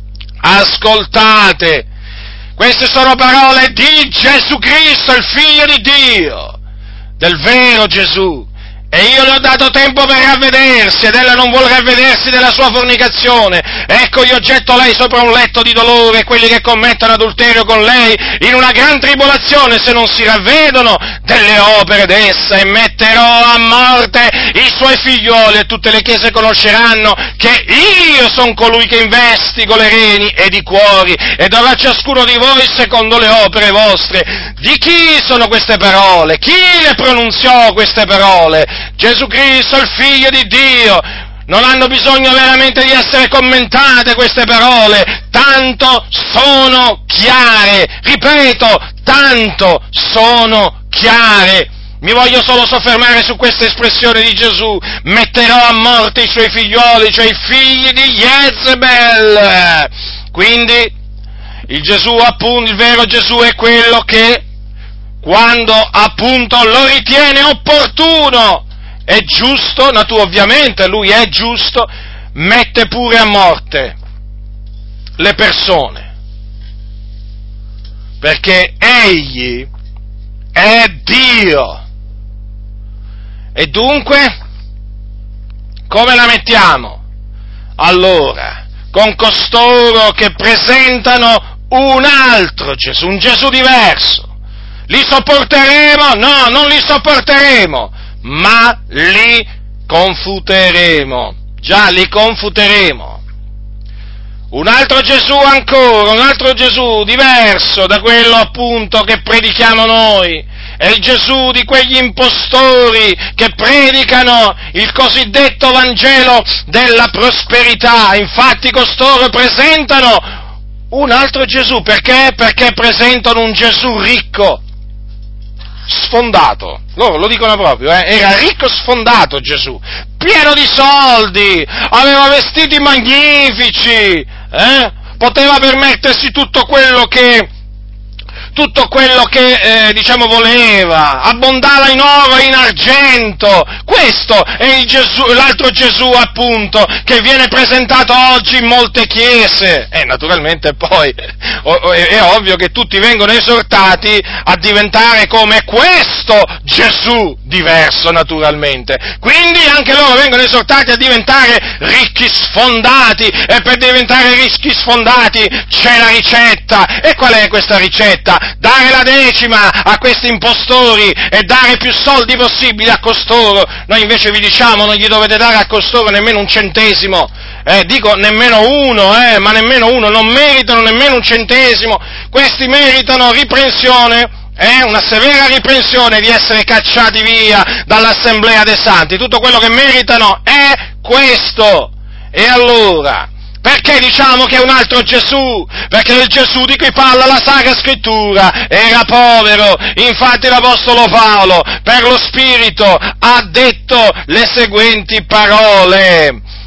Ascoltate! Queste sono parole di Gesù Cristo, il Figlio di Dio, del vero Gesù. E io le ho dato tempo per ravvedersi, ed ella non vuole ravvedersi della sua fornicazione. Ecco, io getto lei sopra un letto di dolore, e quelli che commettono adulterio con lei, in una gran tribolazione, se non si ravvedono delle opere d'essa, e metterò a morte i suoi figlioli, e tutte le chiese conosceranno che io sono colui che investigo le reni ed i cuori, e darò a ciascuno di voi secondo le opere vostre. Di chi sono queste parole? Chi le pronunziò queste parole? Gesù Cristo, il Figlio di Dio. Non hanno bisogno veramente di essere commentate queste parole, tanto sono chiare, ripeto, tanto sono chiare. Mi voglio solo soffermare su questa espressione di Gesù: metterò a morte i suoi figlioli, cioè i figli di Jezebel. Quindi, il Gesù, appunto, il vero Gesù è quello che, quando appunto lo ritiene opportuno, è giusto, natura, ovviamente lui è giusto, mette pure a morte le persone, perché egli è Dio. E dunque, come la mettiamo? Allora, con costoro che presentano un altro Gesù, un Gesù diverso. Li sopporteremo? No, non li sopporteremo, ma li confuteremo. Già, li confuteremo. Un altro Gesù ancora, un altro Gesù diverso da quello appunto che predichiamo noi. È il Gesù di quegli impostori che predicano il cosiddetto Vangelo della prosperità. Infatti costoro presentano un altro Gesù. Perché? Perché presentano un Gesù ricco, sfondato. Loro lo dicono proprio, eh? Era ricco sfondato Gesù, pieno di soldi, aveva vestiti magnifici, eh? Poteva permettersi tutto quello che tutto quello che, eh, diciamo, voleva, abbondava in oro e in argento. Questo è il Gesù, l'altro Gesù, appunto, che viene presentato oggi in molte chiese. E naturalmente poi è ovvio che tutti vengono esortati a diventare come questo Gesù diverso, naturalmente. Quindi anche loro vengono esortati a diventare ricchi sfondati, e per diventare ricchi sfondati c'è la ricetta. E qual è questa ricetta? Dare la decima a questi impostori e dare più soldi possibili a costoro. Noi invece vi diciamo, non gli dovete dare a costoro nemmeno un centesimo, eh, dico nemmeno uno, eh, ma nemmeno uno, non meritano nemmeno un centesimo. Questi meritano riprensione, eh, una severa riprensione, di essere cacciati via dall'assemblea dei santi. Tutto quello che meritano è questo. E allora, perché diciamo che è un altro Gesù? Perché il Gesù di cui parla la Sacra Scrittura era povero. Infatti l'Apostolo Paolo, per lo Spirito, ha detto le seguenti parole,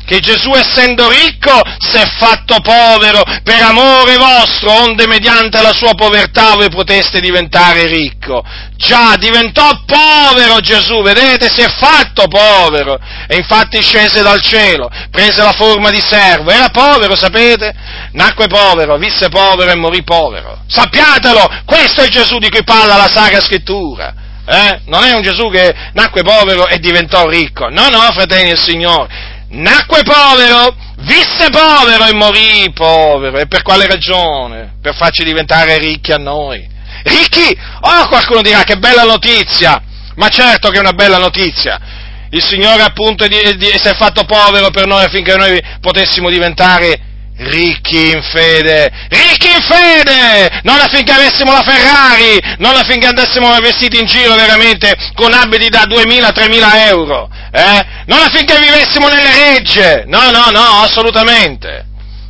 che Gesù, essendo ricco, si è fatto povero per amore vostro, onde mediante la sua povertà voi poteste diventare ricco. Già, diventò povero Gesù, vedete, si è fatto povero, e infatti scese dal cielo, prese la forma di servo, era povero, sapete? Nacque povero, visse povero e morì povero. Sappiatelo, questo è il Gesù di cui parla la Sacra Scrittura. Eh? Non è un Gesù che nacque povero e diventò ricco, no, no, fratelli del Signore. Nacque povero, visse povero e morì povero. E per quale ragione? Per farci diventare ricchi a noi. Ricchi? Oh, qualcuno dirà che bella notizia! Ma certo che è una bella notizia. Il Signore appunto si è fatto povero per noi affinché noi potessimo diventare ricchi in fede, ricchi in fede, non affinché avessimo la Ferrari, non affinché andassimo vestiti in giro veramente con abiti da duemila tremila euro, eh? Non affinché vivessimo nelle regge, no, no, no, assolutamente,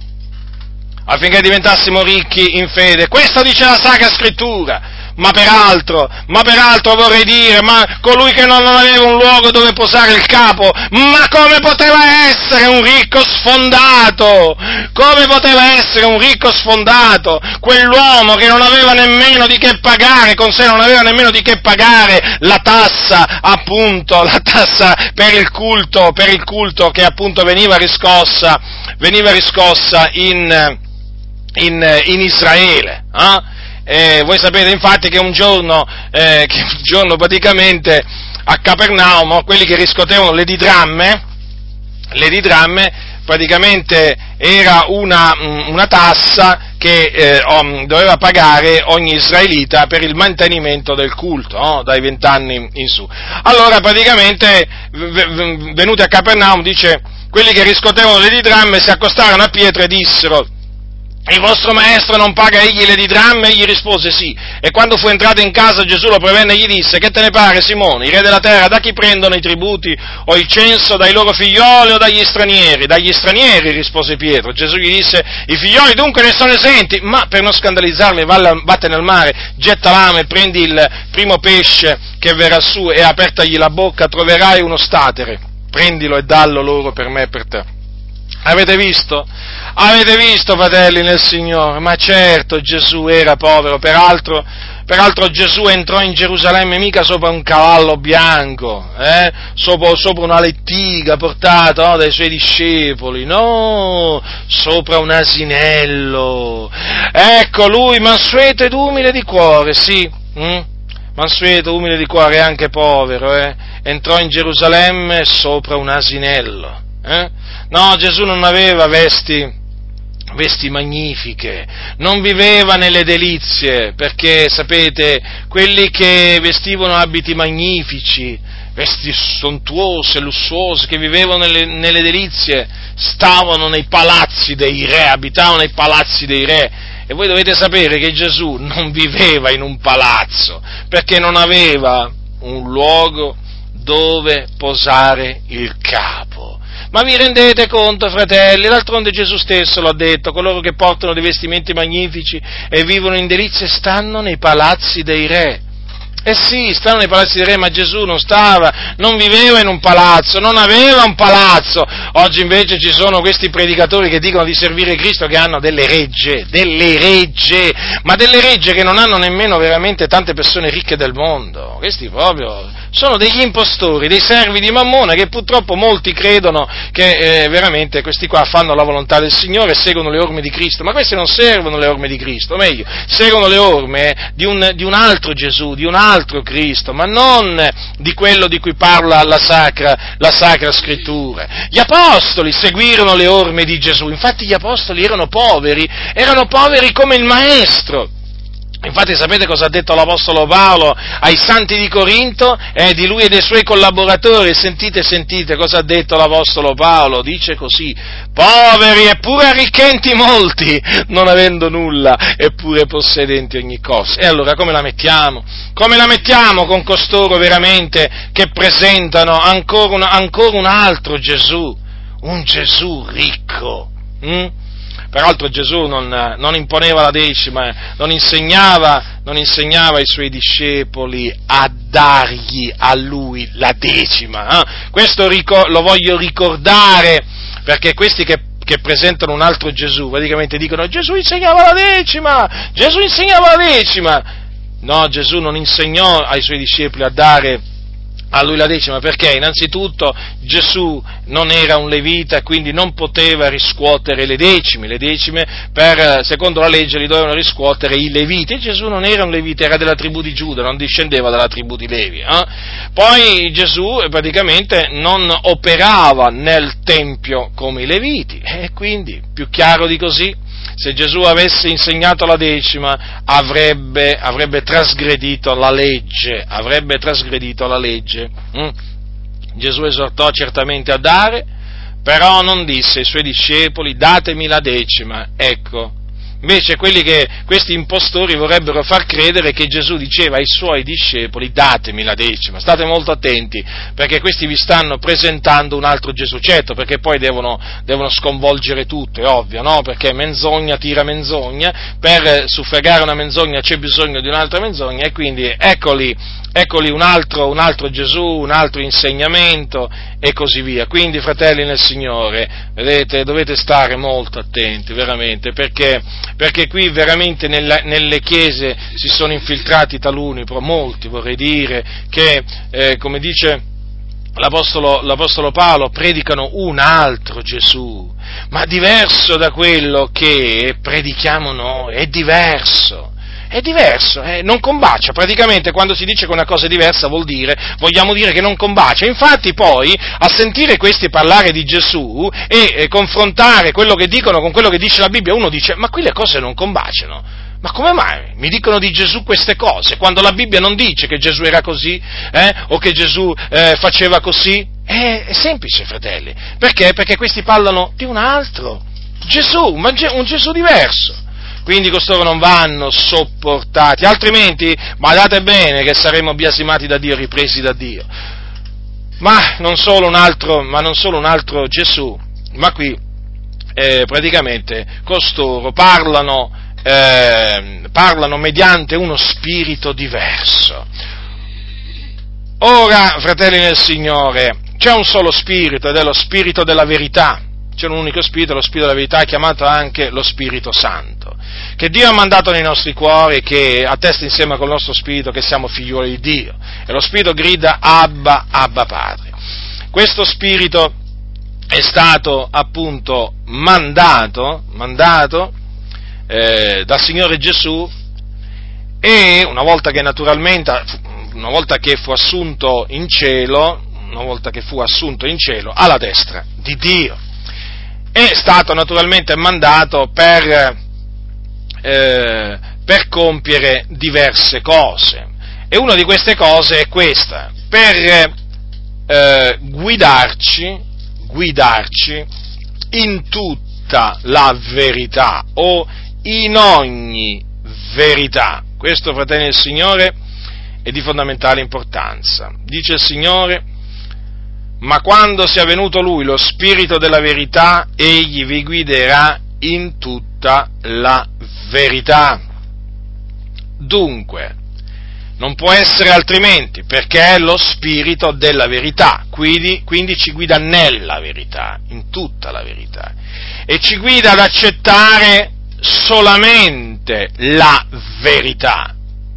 affinché diventassimo ricchi in fede. Questo dice la Sacra Scrittura. Ma peraltro, ma peraltro vorrei dire, ma colui che non aveva un luogo dove posare il capo, ma come poteva essere un ricco sfondato? Come poteva essere un ricco sfondato? Quell'uomo che non aveva nemmeno di che pagare, con sé non aveva nemmeno di che pagare la tassa, appunto, la tassa per il culto, per il culto che appunto veniva riscossa, veniva riscossa in, in, in Israele, eh? Eh, voi sapete infatti che un giorno, eh, che un giorno praticamente a Capernaum, quelli che riscuotevano le didramme, le didramme praticamente era una, una tassa che eh, doveva pagare ogni israelita per il mantenimento del culto, no? Dai vent'anni in su. Allora praticamente venuti a Capernaum, dice, quelli che riscuotevano le didramme si accostarono a Pietro e dissero: il vostro maestro non paga egli le didramme? Egli rispose sì. E quando fu entrato in casa Gesù lo prevenne e gli disse: che te ne pare, Simone, i re della terra da chi prendono i tributi o il censo, dai loro figlioli o dagli stranieri? Dagli stranieri, rispose Pietro. Gesù gli disse: i figlioli dunque ne sono esenti, ma per non scandalizzarli vattene al mare, getta l'amo e prendi il primo pesce che verrà su e apertagli la bocca troverai uno statere, prendilo e dallo loro per me e per te. Avete visto? Avete visto, fratelli nel Signore? Ma certo, Gesù era povero, peraltro, peraltro Gesù entrò in Gerusalemme mica sopra un cavallo bianco, eh? sopra, sopra una lettiga portata, no, dai suoi discepoli, no, sopra un asinello. Ecco, lui, mansueto ed umile di cuore, sì, hm? mansueto, umile di cuore e anche povero, eh? entrò in Gerusalemme sopra un asinello. Eh? No, Gesù non aveva vesti, vesti magnifiche, non viveva nelle delizie, perché sapete, quelli che vestivano abiti magnifici, vesti sontuosi e lussuosi, che vivevano nelle, nelle delizie, stavano nei palazzi dei re, abitavano nei palazzi dei re. E voi dovete sapere che Gesù non viveva in un palazzo, perché non aveva un luogo dove posare il capo. Ma vi rendete conto, fratelli? D'altronde Gesù stesso l'ha detto: coloro che portano dei vestimenti magnifici e vivono in delizie stanno nei palazzi dei re. Eh sì, stanno nei palazzi dei re, ma Gesù non stava, non viveva in un palazzo, non aveva un palazzo. Oggi invece ci sono questi predicatori che dicono di servire Cristo, che hanno delle regge, delle regge, ma delle regge che non hanno nemmeno veramente tante persone ricche del mondo. Questi proprio sono degli impostori, dei servi di Mammona, che purtroppo molti credono che eh, veramente questi qua fanno la volontà del Signore e seguono le orme di Cristo, ma questi non servono le orme di Cristo, o meglio, seguono le orme di un, di un altro Gesù, di un altro altro Cristo, ma non di quello di cui parla la Sacra, la Sacra Scrittura. Gli apostoli seguirono le orme di Gesù, infatti gli apostoli erano poveri, erano poveri come il Maestro. Infatti sapete cosa ha detto l'Apostolo Paolo ai santi di Corinto? Eh, di lui e dei suoi collaboratori. Sentite, sentite cosa ha detto l'Apostolo Paolo. Dice così: poveri eppure arricchenti molti, non avendo nulla eppure possedenti ogni cosa. E allora come la mettiamo? Come la mettiamo con costoro veramente che presentano ancora un, ancora un altro Gesù? Un Gesù ricco, hm? Peraltro Gesù non, non imponeva la decima, non insegnava, non insegnava ai suoi discepoli a dargli a lui la decima. Eh? Questo ricor- lo voglio ricordare, perché questi che che presentano un altro Gesù, praticamente dicono Gesù insegnava la decima, Gesù insegnava la decima. No, Gesù non insegnò ai suoi discepoli a dare a lui la decima, perché innanzitutto Gesù non era un levita e quindi non poteva riscuotere le decime, le decime per, secondo la legge li dovevano riscuotere i leviti, e Gesù non era un levita, era della tribù di Giuda, non discendeva dalla tribù di Levi. Eh? Poi Gesù praticamente non operava nel Tempio come i leviti, e quindi più chiaro di così. Se Gesù avesse insegnato la decima avrebbe, avrebbe trasgredito la legge, avrebbe trasgredito la legge. Mm? Gesù esortò certamente a dare, però non disse ai suoi discepoli datemi la decima, ecco. Invece quelli che, questi impostori vorrebbero far credere che Gesù diceva ai suoi discepoli datemi la decima. State molto attenti, perché questi vi stanno presentando un altro Gesù, certo, perché poi devono, devono sconvolgere tutto, è ovvio, no? Perché menzogna tira menzogna, per suffragare una menzogna c'è bisogno di un'altra menzogna, e quindi eccoli, eccoli un altro, un altro Gesù, un altro insegnamento e così via. Quindi, fratelli nel Signore, vedete, dovete stare molto attenti, veramente, perché, perché qui veramente nella, nelle chiese si sono infiltrati taluni, molti vorrei dire, che, eh, come dice l'Apostolo, l'Apostolo Paolo, predicano un altro Gesù, ma diverso da quello che predichiamo noi, è diverso. È diverso, eh? Non combacia, praticamente quando si dice che una cosa è diversa vuol dire, vogliamo dire che non combacia, infatti poi a sentire questi parlare di Gesù e, e confrontare quello che dicono con quello che dice la Bibbia, uno dice, ma qui le cose non combaciano, ma come mai mi dicono di Gesù queste cose, quando la Bibbia non dice che Gesù era così, eh? O che Gesù eh, faceva così? È, è semplice, fratelli, perché? Perché questi parlano di un altro Gesù, ma un Gesù diverso. Quindi costoro non vanno sopportati, altrimenti badate bene che saremo biasimati da Dio, ripresi da Dio. Ma non solo un altro, ma non solo un altro Gesù, ma qui eh, praticamente costoro parlano, eh, parlano mediante uno spirito diverso. Ora, fratelli nel Signore, c'è un solo spirito ed è lo spirito della verità. C'è un unico spirito, lo spirito della verità, chiamato anche lo Spirito Santo, che Dio ha mandato nei nostri cuori, che attesta insieme col nostro spirito che siamo figliuoli di Dio, e lo spirito grida Abba, Abba Padre. Questo spirito è stato appunto mandato, mandato eh, dal Signore Gesù, e una volta che naturalmente, una volta che fu assunto in cielo, una volta che fu assunto in cielo, alla destra di Dio. È stato naturalmente mandato per, eh, per compiere diverse cose, e una di queste cose è questa, per eh, guidarci, guidarci in tutta la verità, o in ogni verità. Questo, fratelli del Signore, è di fondamentale importanza. Dice il Signore: ma quando sia venuto Lui, lo Spirito della verità, Egli vi guiderà in tutta la verità. Dunque, non può essere altrimenti, perché è lo Spirito della verità, quindi, quindi ci guida nella verità, in tutta la verità, e ci guida ad accettare solamente la verità.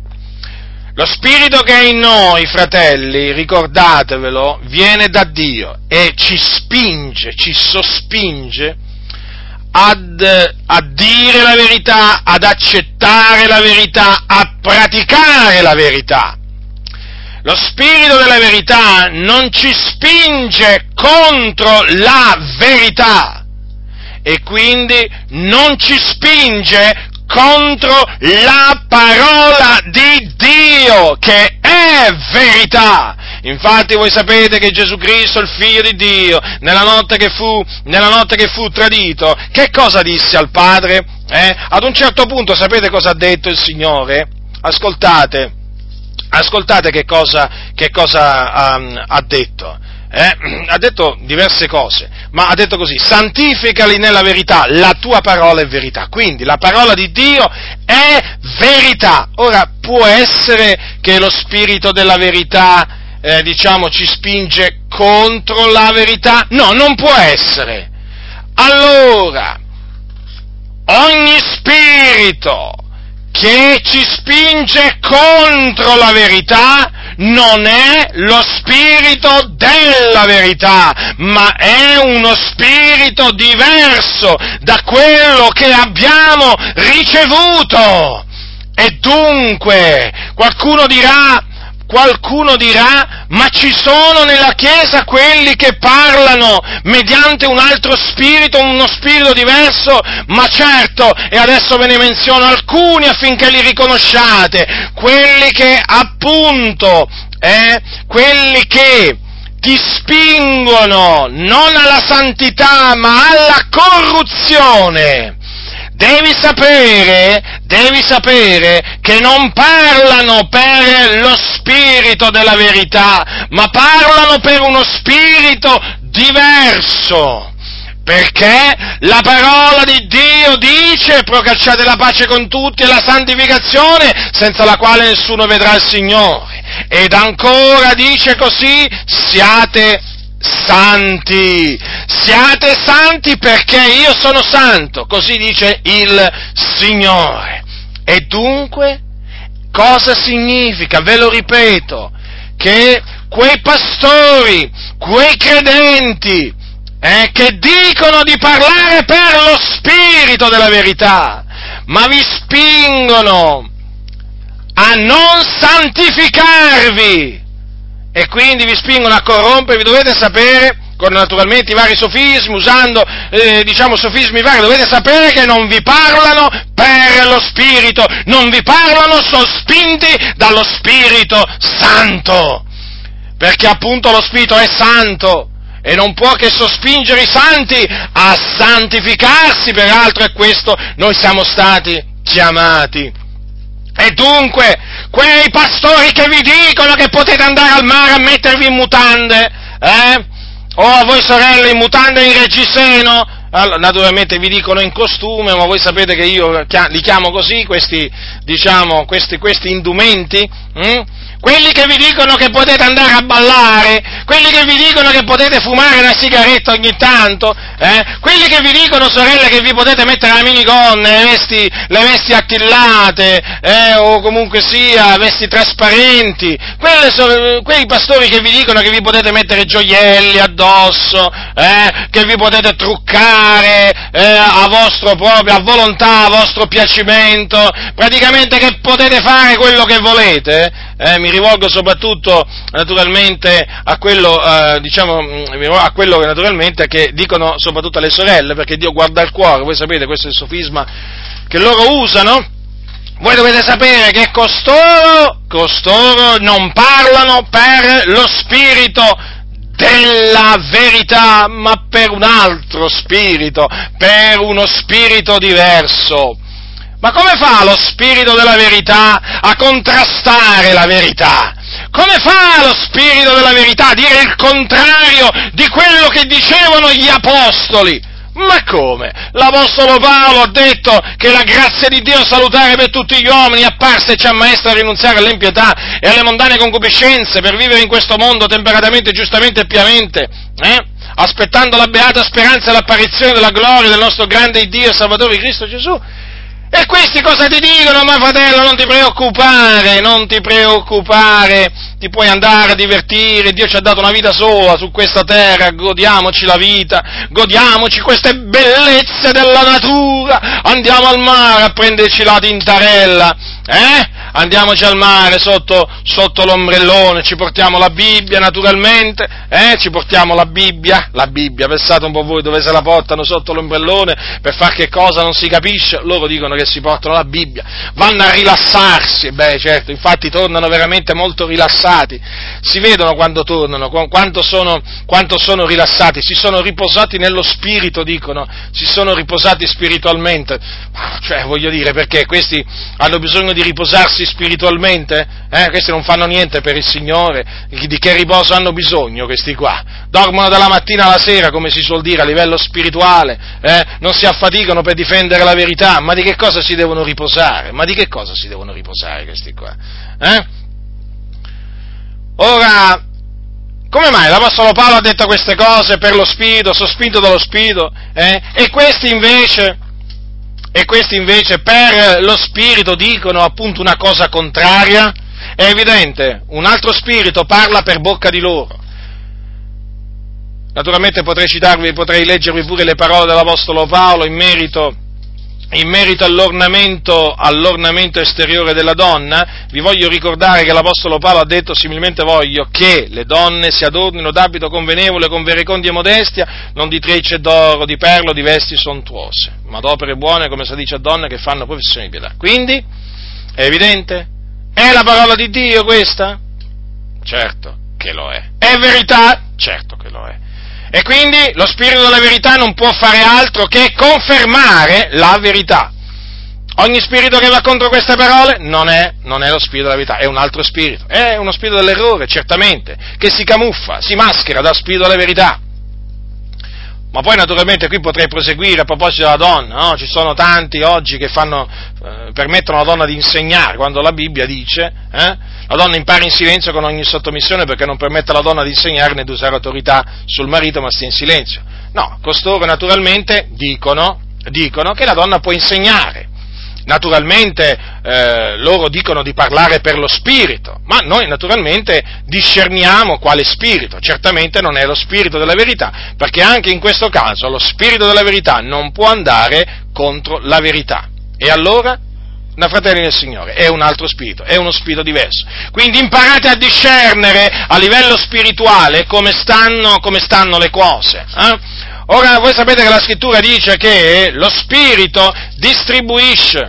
Lo Spirito che è in noi, fratelli, ricordatevelo, viene da Dio e ci spinge, ci sospinge ad, a dire la verità, ad accettare la verità, a praticare la verità. Lo Spirito della verità non ci spinge contro la verità, e quindi non ci spinge contro la parola di Dio, che è verità. Infatti voi sapete che Gesù Cristo, il Figlio di Dio, nella notte che fu, nella notte che fu tradito, che cosa disse al Padre? Eh? Ad un certo punto sapete cosa ha detto il Signore? Ascoltate, ascoltate che cosa, che cosa um, ha detto. Eh, ha detto diverse cose, ma ha detto così: santificali nella verità, la tua parola è verità. Quindi la parola di Dio è verità. Ora, può essere che lo spirito della verità, eh, diciamo, ci spinge contro la verità? No, non può essere. spirito che ci spinge contro la verità non è lo spirito della verità, ma è uno spirito diverso da quello che abbiamo ricevuto. E dunque, qualcuno dirà, Qualcuno dirà, ma ci sono nella Chiesa quelli che parlano mediante un altro spirito, uno spirito diverso? Ma certo, e adesso ve ne menziono alcuni affinché li riconosciate, quelli che appunto, eh, quelli che ti spingono non alla santità ma alla corruzione. Devi sapere, devi sapere che non parlano per lo spirito della verità, ma parlano per uno spirito diverso. Perché la parola di Dio dice: procacciate la pace con tutti e la santificazione, senza la quale nessuno vedrà il Signore. Ed ancora dice così: siate santi, siate santi perché io sono santo, così dice il Signore. E dunque, cosa significa? Ve lo ripeto, che quei pastori, quei credenti, eh, che dicono di parlare per lo spirito della verità, ma vi spingono a non santificarvi, e quindi vi spingono a corrompervi. Dovete sapere, con naturalmente i vari sofismi, usando, eh, diciamo, sofismi vari, dovete sapere che non vi parlano per lo Spirito, non vi parlano sospinti dallo Spirito Santo, perché appunto lo Spirito è santo, e non può che sospingere i santi a santificarsi, peraltro è questo noi siamo stati chiamati. E dunque, quei pastori che vi dicono che potete andare al mare a mettervi in mutande, eh? O a voi sorelle in mutande in reggiseno, allora, naturalmente vi dicono in costume, ma voi sapete che io li chiamo così, questi, diciamo, questi, questi indumenti, hm? Quelli che vi dicono che potete andare a ballare, quelli che vi dicono che potete fumare una sigaretta ogni tanto, eh? Quelli che vi dicono, sorelle, che vi potete mettere le minigonne, le vesti, le vesti attillate, eh? O comunque sia, vesti trasparenti, quelle so, quei pastori che vi dicono che vi potete mettere gioielli addosso, eh? Che vi potete truccare eh? a vostro proprio, a volontà, a vostro piacimento, praticamente che potete fare quello che volete, eh? Mi rivolgo soprattutto naturalmente a quello, eh, diciamo, a quello che naturalmente che dicono soprattutto alle sorelle, perché Dio guarda il cuore, voi sapete, questo è il sofisma che loro usano. Voi dovete sapere che costoro, costoro non parlano per lo spirito della verità, ma per un altro spirito, per uno spirito diverso. Ma come fa lo spirito della verità a contrastare la verità? Come fa lo spirito della verità a dire il contrario di quello che dicevano gli apostoli? Ma come? L'apostolo Paolo ha detto che la grazia di Dio salutare per tutti gli uomini è apparsa e ci ammaestra a rinunziare all'impietà e alle mondane concupiscenze per vivere in questo mondo temperatamente, giustamente e piamente, eh? aspettando la beata speranza e l'apparizione della gloria del nostro grande Dio e Salvatore Cristo Gesù. E questi cosa ti dicono? Ma fratello, non ti preoccupare, non ti preoccupare, ti puoi andare a divertire, Dio ci ha dato una vita sola su questa terra, godiamoci la vita, godiamoci queste bellezze della natura, andiamo al mare a prenderci la tintarella, eh? Andiamoci al mare sotto, sotto l'ombrellone, ci portiamo la Bibbia naturalmente, eh? Ci portiamo la Bibbia, la Bibbia, pensate un po' voi dove se la portano sotto l'ombrellone, per far che cosa non si capisce, loro dicono che si portano la Bibbia, vanno a rilassarsi, beh certo, infatti tornano veramente molto rilassati, si vedono quando tornano, quanto sono, quanto sono rilassati, si sono riposati nello spirito, dicono, si sono riposati spiritualmente, cioè voglio dire, perché questi hanno bisogno di riposarsi spiritualmente? Eh? Questi non fanno niente per il Signore, di che riposo hanno bisogno questi qua? Dormono dalla mattina alla sera, come si suol dire, a livello spirituale, eh? Non si affaticano per difendere la verità, ma di che cosa si devono riposare? Ma di che cosa si devono riposare questi qua? Eh? Ora, come mai l'Apostolo Paolo ha detto queste cose per lo Spirito, sospinto dallo Spirito, eh? E questi invece, e questi invece per lo spirito dicono appunto una cosa contraria? È evidente, un altro spirito parla per bocca di loro. Naturalmente potrei citarvi, potrei leggervi pure le parole dell'Apostolo Paolo in merito, in merito all'ornamento, all'ornamento esteriore della donna. Vi voglio ricordare che l'Apostolo Paolo ha detto: similmente voglio che le donne si adornino d'abito convenevole, con verecondia e modestia, non di trecce d'oro, di perlo, di vesti sontuose, ma d'opere buone, come si dice a donne che fanno professione di pietà. Quindi, è evidente? È la parola di Dio questa? Certo che lo è. È verità? Certo che lo è. E quindi lo spirito della verità non può fare altro che confermare la verità. Ogni spirito che va contro queste parole non è, non è lo spirito della verità, è un altro spirito, è uno spirito dell'errore, certamente, che si camuffa, si maschera da spirito della verità. Ma poi naturalmente qui potrei proseguire a proposito della donna, no? Ci sono tanti oggi che fanno, eh, permettono alla donna di insegnare, quando la Bibbia dice, eh, la donna impara in silenzio con ogni sottomissione, perché non permette alla donna di insegnare né di usare autorità sul marito, ma stia in silenzio. No, costoro naturalmente dicono, dicono che la donna può insegnare. Naturalmente eh, loro dicono di parlare per lo spirito, ma noi naturalmente discerniamo quale spirito. Certamente non è lo spirito della verità, perché anche in questo caso lo spirito della verità non può andare contro la verità. E allora, da fratelli del Signore, è un altro spirito, è uno spirito diverso. Quindi imparate a discernere a livello spirituale come stanno, come stanno le cose. Eh? Ora, voi sapete che la Scrittura dice che lo Spirito distribuisce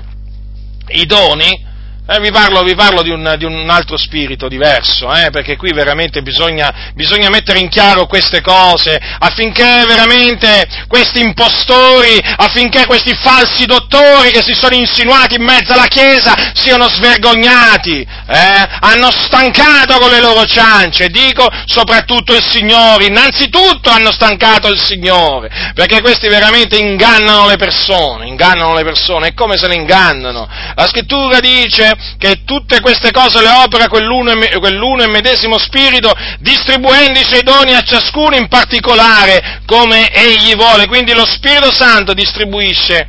i doni. Eh, vi parlo, vi parlo di, un, di un altro spirito diverso, eh, perché qui veramente bisogna, bisogna mettere in chiaro queste cose, affinché veramente questi impostori, affinché questi falsi dottori che si sono insinuati in mezzo alla Chiesa siano svergognati, eh, hanno stancato con le loro ciance, dico soprattutto il Signore, innanzitutto hanno stancato il Signore, perché questi veramente ingannano le persone, ingannano le persone, e come se ne ingannano? La Scrittura dice che tutte queste cose le opera quell'uno e, quell'uno e medesimo Spirito, distribuendo i suoi doni a ciascuno in particolare come egli vuole. Quindi lo Spirito Santo distribuisce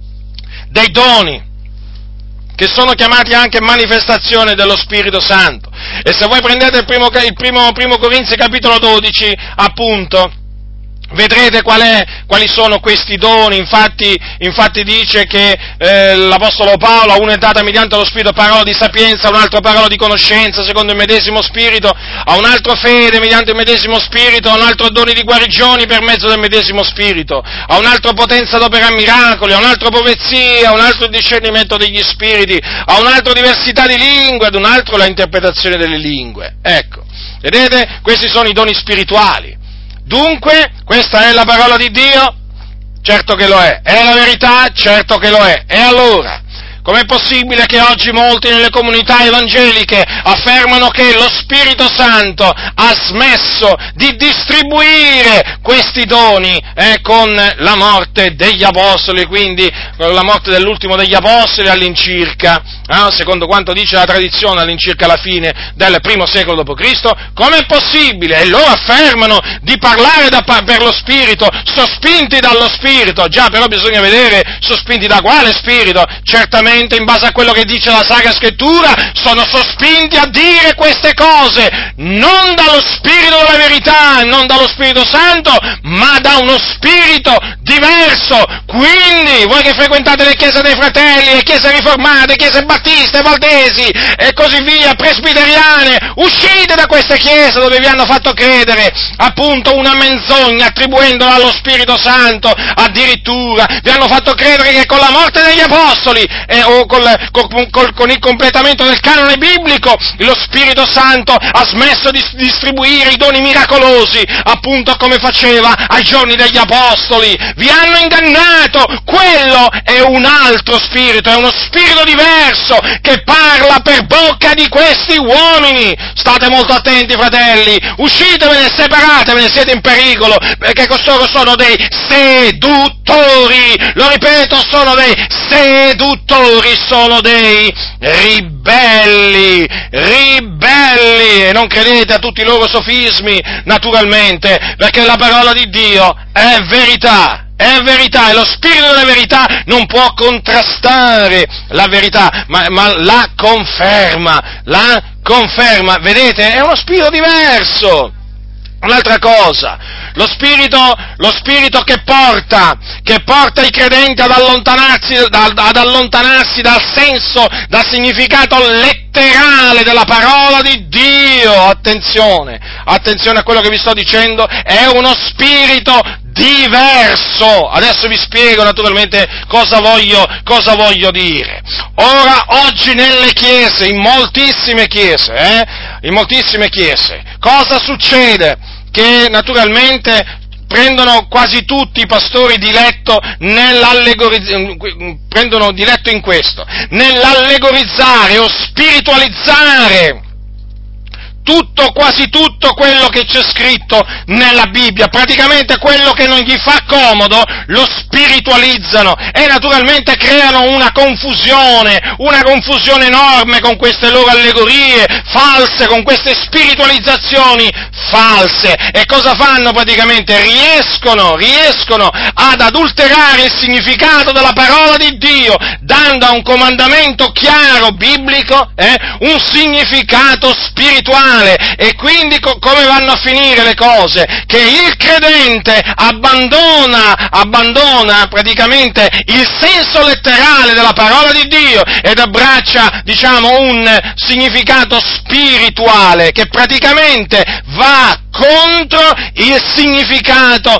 dei doni che sono chiamati anche manifestazione dello Spirito Santo. E se voi prendete il primo, il primo, primo Corinzi capitolo dodici, appunto, vedrete qual è, quali sono questi doni. Infatti, infatti dice che eh, l'Apostolo Paolo, a uno è data mediante lo Spirito parola di sapienza, a un altro parola di conoscenza secondo il medesimo Spirito, a un altro fede mediante il medesimo Spirito, a un altro doni di guarigioni per mezzo del medesimo Spirito, a un altro potenza d'operare miracoli, a un altro profezia, a un altro discernimento degli spiriti, a un altro diversità di lingue, ad un altro la interpretazione delle lingue. Ecco, vedete? Questi sono i doni spirituali. Dunque, questa è la parola di Dio? Certo che lo è. È la verità? Certo che lo è. E allora, com'è possibile che oggi molti nelle comunità evangeliche affermano che lo Spirito Santo ha smesso di distribuire questi doni eh, con la morte degli Apostoli, quindi con la morte dell'ultimo degli Apostoli all'incirca, eh, secondo quanto dice la tradizione, all'incirca alla fine del primo secolo dopo Cristo? Com'è possibile? E loro affermano di parlare da, per lo Spirito, sospinti dallo Spirito. Già, però bisogna vedere sospinti da quale Spirito? Certamente in base a quello che dice la Sacra Scrittura, sono sospinti a dire queste cose, non dallo Spirito della verità, non dallo Spirito Santo, ma da uno Spirito diverso. Quindi, voi che frequentate le chiese dei fratelli, le chiese riformate, chiese battiste, valdesi, e così via, presbiteriane, uscite da queste chiese dove vi hanno fatto credere, appunto, una menzogna, attribuendola allo Spirito Santo, addirittura, vi hanno fatto credere che con la morte degli Apostoli, eh, o col, col, col, con il completamento del canone biblico, lo Spirito Santo ha smesso di distribuire i doni miracolosi, appunto come faceva ai giorni degli Apostoli. Vi hanno ingannato, quello è un altro spirito, è uno spirito diverso che parla per bocca di questi uomini. State molto attenti, fratelli, uscitevene, separatevene, siete in pericolo, perché costoro sono dei seduttori, lo ripeto, sono dei seduttori, sono dei ribelli, ribelli, e non credete a tutti i loro sofismi, naturalmente, perché la parola di Dio è verità, è verità, e lo spirito della verità non può contrastare la verità, ma, ma la conferma, la conferma, vedete? È uno spirito diverso. Un'altra cosa, lo spirito, lo spirito che porta, che porta i credenti ad allontanarsi, ad allontanarsi dal senso, dal significato letterale della parola di Dio. Attenzione, attenzione a quello che vi sto dicendo, è uno spirito diverso. Adesso vi spiego naturalmente cosa voglio, cosa voglio dire. Ora, oggi nelle chiese, in moltissime chiese, eh, in moltissime chiese, cosa succede? Che naturalmente prendono quasi tutti i pastori diletto nell'allegorizzare, prendono diletto in questo, nell'allegorizzare o spiritualizzare tutto, quasi tutto quello che c'è scritto nella Bibbia, praticamente quello che non gli fa comodo lo spiritualizzano e naturalmente creano una confusione, una confusione enorme con queste loro allegorie false, con queste spiritualizzazioni false. E cosa fanno praticamente? Riescono, riescono ad adulterare il significato della parola di Dio, dando a un comandamento chiaro, biblico, eh, un significato spirituale. E quindi co- come vanno a finire le cose? Che il credente abbandona, abbandona praticamente il senso letterale della parola di Dio ed abbraccia, diciamo, un significato spirituale che praticamente va contro il significato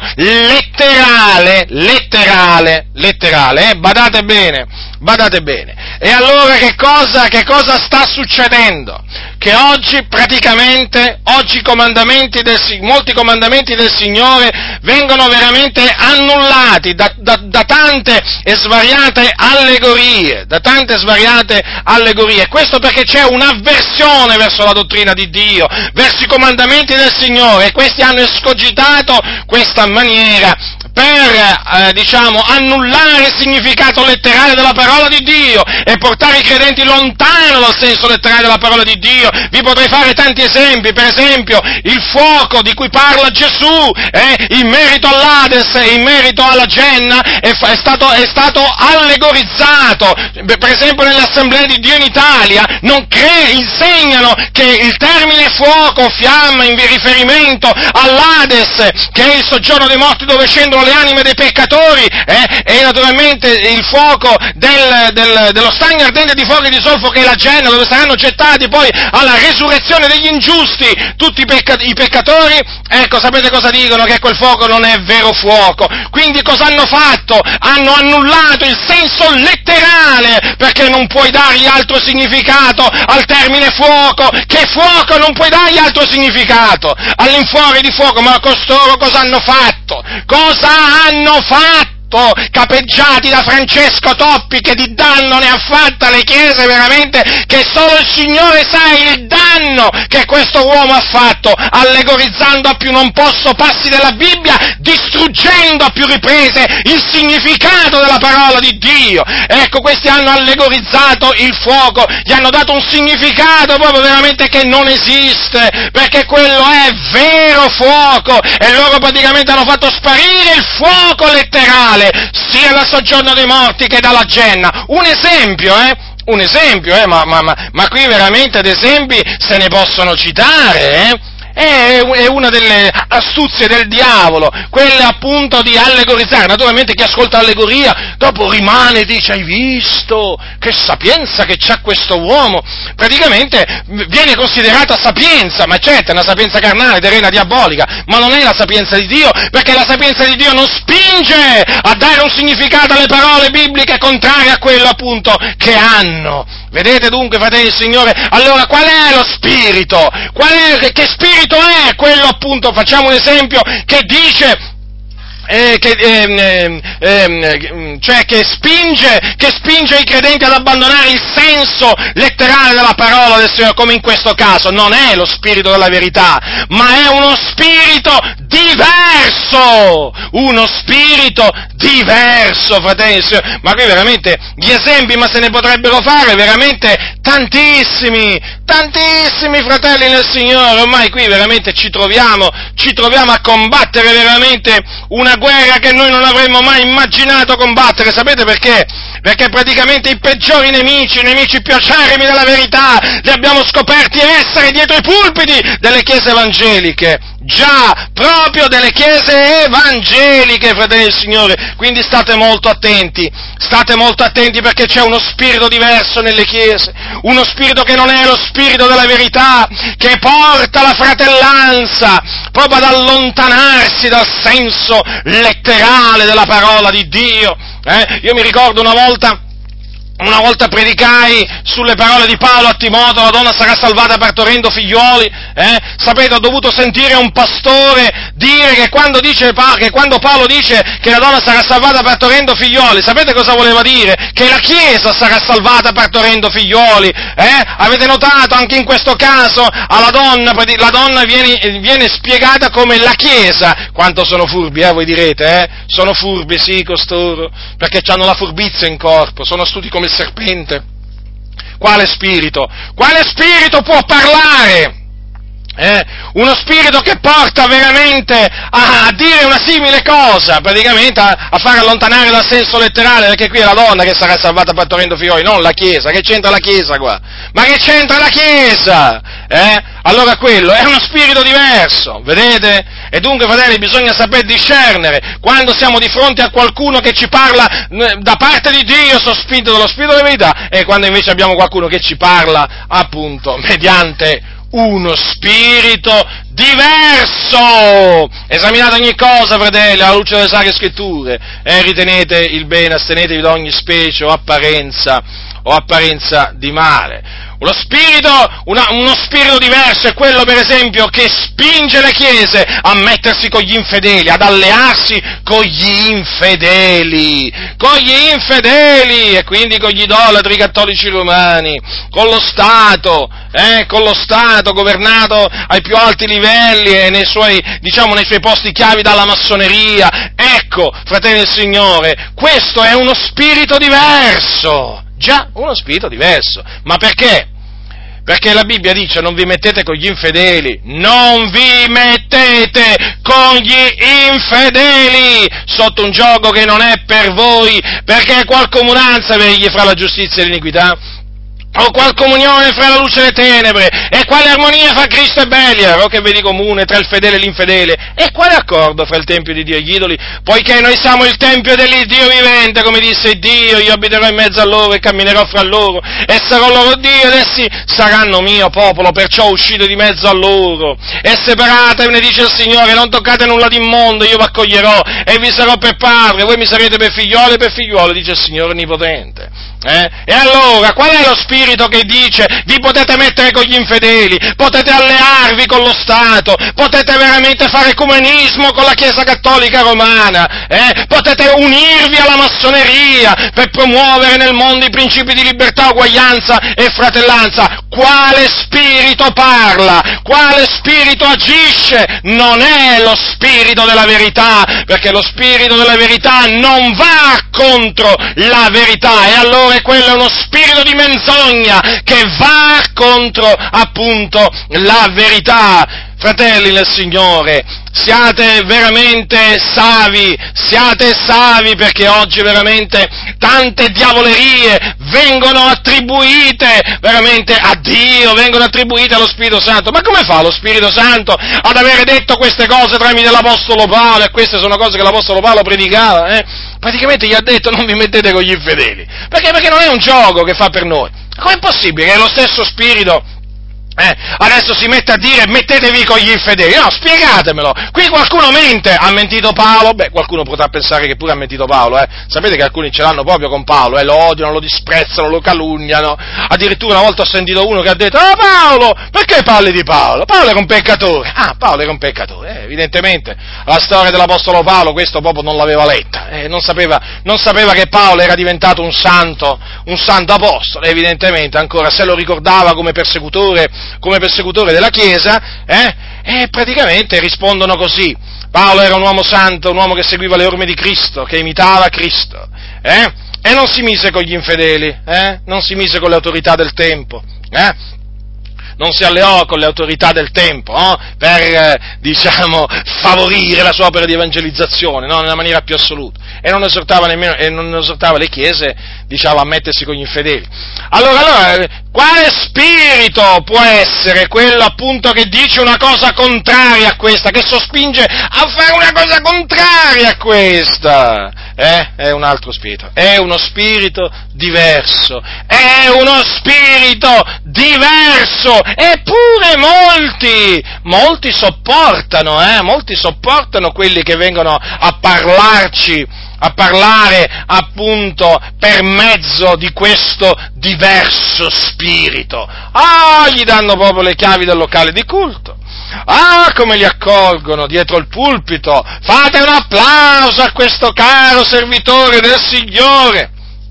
letterale, letterale, letterale, eh? badate bene, badate bene. E allora che cosa, che cosa sta succedendo? Che oggi praticamente, oggi i comandamenti del, molti comandamenti del Signore vengono veramente annullati da, da, da tante e svariate allegorie, da tante e svariate allegorie. Questo perché c'è un'avversione verso la dottrina di Dio, verso i comandamenti del Signore, e questi hanno escogitato questa maniera per, eh, diciamo, annullare il significato letterale della parola di Dio e portare i credenti lontano dal senso letterale della parola di Dio. Vi potrei fare tanti esempi, per esempio il fuoco di cui parla Gesù, eh, in merito all'Ades, in merito alla Genna, è, è, stato, è stato allegorizzato. Per esempio nelle assemblee di Dio in Italia non cre- insegnano che il termine fuoco, fiamma, in riferimento all'Ades, che è il soggiorno dei morti dove scendono le anime dei peccatori, eh, e naturalmente il fuoco del, del, dello stagno ardente di fuoco e di solfo che è la Genna, dove saranno gettati poi alla resurrezione degli ingiusti tutti i, pecca- i peccatori. Ecco, sapete cosa dicono? Che quel fuoco non è vero fuoco. Quindi cosa hanno fatto? Hanno annullato il senso letterale, perché non puoi dargli altro significato al termine fuoco, che fuoco non puoi dargli altro significato, all'infuori di fuoco. Ma costoro cosa hanno fatto? Cosa hanno fatto? Capeggiati da Francesco Toppi, che di danno ne ha fatta alle chiese veramente, che solo il Signore sa il danno che questo uomo ha fatto, allegorizzando a più non posso passi della Bibbia, distruggendo a più riprese il significato della parola di Dio. Ecco, questi hanno allegorizzato il fuoco, gli hanno dato un significato proprio veramente che non esiste, perché quello è vero fuoco, e loro praticamente hanno fatto sparire il fuoco letterale, sia dal soggiorno dei morti che dalla Genna. Un esempio, eh? Un esempio, eh? Ma, ma, ma, ma qui veramente ad esempi se ne possono citare, eh? È una delle astuzie del diavolo, quelle appunto di allegorizzare. Naturalmente chi ascolta l'allegoria dopo rimane e dice: hai visto che sapienza che c'ha questo uomo? Praticamente viene considerata sapienza, ma certo è una sapienza carnale, terrena, diabolica, ma non è la sapienza di Dio, perché la sapienza di Dio non spinge a dare un significato alle parole bibliche contrario a quello appunto che hanno. Vedete dunque, fratelli del Signore? Allora qual è lo spirito? Qual è, che spirito è quello appunto, facciamo un esempio, che dice, eh, che, eh, eh, cioè che spinge, che spinge i credenti ad abbandonare il senso letterale della parola del Signore, come in questo caso? Non è lo spirito della verità, ma è uno spirito diverso, uno spirito diverso, fratelli, ma qui veramente gli esempi, ma se ne potrebbero fare veramente tantissimi, tantissimi, fratelli nel Signore. Ormai qui veramente ci troviamo, ci troviamo a combattere veramente una guerra che noi non avremmo mai immaginato combattere. Sapete perché? Perché praticamente i peggiori nemici, i nemici più acerrimi della verità, li abbiamo scoperti essere dietro i pulpiti delle chiese evangeliche. Già, proprio delle chiese evangeliche, fratelli del Signore. Quindi state molto attenti, state molto attenti, perché c'è uno spirito diverso nelle chiese, uno spirito che non è lo spirito della verità, che porta la fratellanza, proprio ad allontanarsi dal senso letterale della parola di Dio. Eh? Io mi ricordo una volta, Una volta predicai sulle parole di Paolo a Timoteo, la donna sarà salvata partorendo figlioli, eh? Sapete, ho dovuto sentire un pastore dire che quando, dice, che quando Paolo dice che la donna sarà salvata partorendo figlioli, sapete cosa voleva dire? Che la Chiesa sarà salvata partorendo figlioli, eh? Avete notato anche in questo caso alla donna, la donna viene, viene spiegata come la Chiesa. Quanto sono furbi, eh? Voi direte, eh? Sono furbi, sì, costoro, perché hanno la furbizia in corpo, sono astuti come il serpente. Quale spirito? Quale spirito può parlare? Eh? Uno spirito che porta veramente a, a dire una simile cosa, praticamente a, a far allontanare dal senso letterale, perché qui è la donna che sarà salvata partorendo figlioli, non la Chiesa. Che c'entra la Chiesa qua? Ma che c'entra la Chiesa? Eh? Allora quello è uno spirito diverso, vedete? E dunque, fratelli, bisogna saper discernere quando siamo di fronte a qualcuno che ci parla da parte di Dio, sospinto dallo spirito della verità, e quando invece abbiamo qualcuno che ci parla appunto mediante uno spirito diverso. Esaminate ogni cosa, fratelli, alla luce delle sacre scritture, e ritenete il bene, astenetevi da ogni specie o apparenza, o apparenza di male. Uno spirito, una, uno spirito diverso è quello, per esempio, che spinge le chiese a mettersi con gli infedeli, ad allearsi con gli infedeli, con gli infedeli, e quindi con gli idolatri cattolici romani, con lo Stato, eh, con lo Stato governato ai più alti livelli e nei suoi, diciamo, nei suoi posti chiavi dalla massoneria. Ecco, fratelli del Signore, questo è uno spirito diverso. Già, uno spirito diverso. Ma perché? Perché la Bibbia dice: non vi mettete con gli infedeli, non vi mettete con gli infedeli sotto un giogo che non è per voi, perché qual comunanza vegli fra la giustizia e l'iniquità? O qual comunione fra la luce e le tenebre? E quale armonia fra Cristo e Beliar? O che vedi comune tra il fedele e l'infedele? E quale accordo fra il Tempio di Dio e gli idoli? Poiché noi siamo il Tempio dell'Iddio vivente, come disse Dio, io abiterò in mezzo a loro e camminerò fra loro, e sarò loro Dio, ed essi saranno mio popolo, perciò uscite di mezzo a loro, e separatevene, dice il Signore, non toccate nulla d'immondo, io vi accoglierò, e vi sarò per padre, voi mi sarete per figlioli e per figliuole, dice il Signore Onnipotente. Eh? E allora, qual è lo spirito che dice vi potete mettere con gli infedeli, potete allearvi con lo Stato, potete veramente fare comunismo con la Chiesa Cattolica Romana, eh? Potete unirvi alla massoneria per promuovere nel mondo i principi di libertà, uguaglianza e fratellanza? Quale spirito parla? Quale spirito agisce? Non è lo spirito della verità, perché lo spirito della verità non va contro la verità, e allora quello è uno spirito di menzogna che va contro appunto la verità. Fratelli nel Signore, siate veramente savi, siate savi, perché oggi veramente tante diavolerie vengono attribuite veramente a Dio, vengono attribuite allo Spirito Santo. Ma come fa lo Spirito Santo ad avere detto queste cose tramite l'Apostolo Paolo? E queste sono cose che l'Apostolo Paolo predicava, eh? Praticamente gli ha detto: non vi mettete con gli infedeli. Perché? Perché non è un gioco che fa per noi. Com'è possibile che lo stesso Spirito Eh, adesso si mette a dire mettetevi con gli infedeli? No, spiegatemelo. Qui qualcuno mente. Ha mentito Paolo? Beh, qualcuno potrà pensare che pure ha mentito Paolo, eh. Sapete che alcuni ce l'hanno proprio con Paolo, eh, lo odiano, lo disprezzano, lo calunniano. Addirittura una volta ho sentito uno che ha detto: ah, Paolo, perché parli di Paolo? Paolo era un peccatore. Ah, Paolo era un peccatore, eh, evidentemente la storia dell'Apostolo Paolo questo proprio non l'aveva letta, eh, non sapeva, non sapeva che Paolo era diventato un santo, un santo apostolo, evidentemente ancora se lo ricordava come persecutore come persecutore della Chiesa, eh, e praticamente rispondono così. Paolo era un uomo santo, un uomo che seguiva le orme di Cristo, che imitava Cristo, eh, e non si mise con gli infedeli, eh, non si mise con le autorità del tempo, eh, non si alleò con le autorità del tempo, no? per, eh, diciamo, favorire la sua opera di evangelizzazione, no? Nella maniera più assoluta, e non esortava nemmeno, e non esortava le chiese, diciamo, a mettersi con gli infedeli. Allora, allora, quale spirito può essere quello appunto che dice una cosa contraria a questa, che sospinge a fare una cosa contraria a questa? Eh? È un altro spirito, è uno spirito diverso, è uno spirito diverso, eppure molti, molti sopportano, eh? molti sopportano quelli che vengono a parlarci, a parlare appunto per mezzo di questo diverso spirito. Ah, gli danno proprio le chiavi del locale di culto. Ah, come li accolgono dietro il pulpito! Fate un applauso a questo caro servitore del Signore!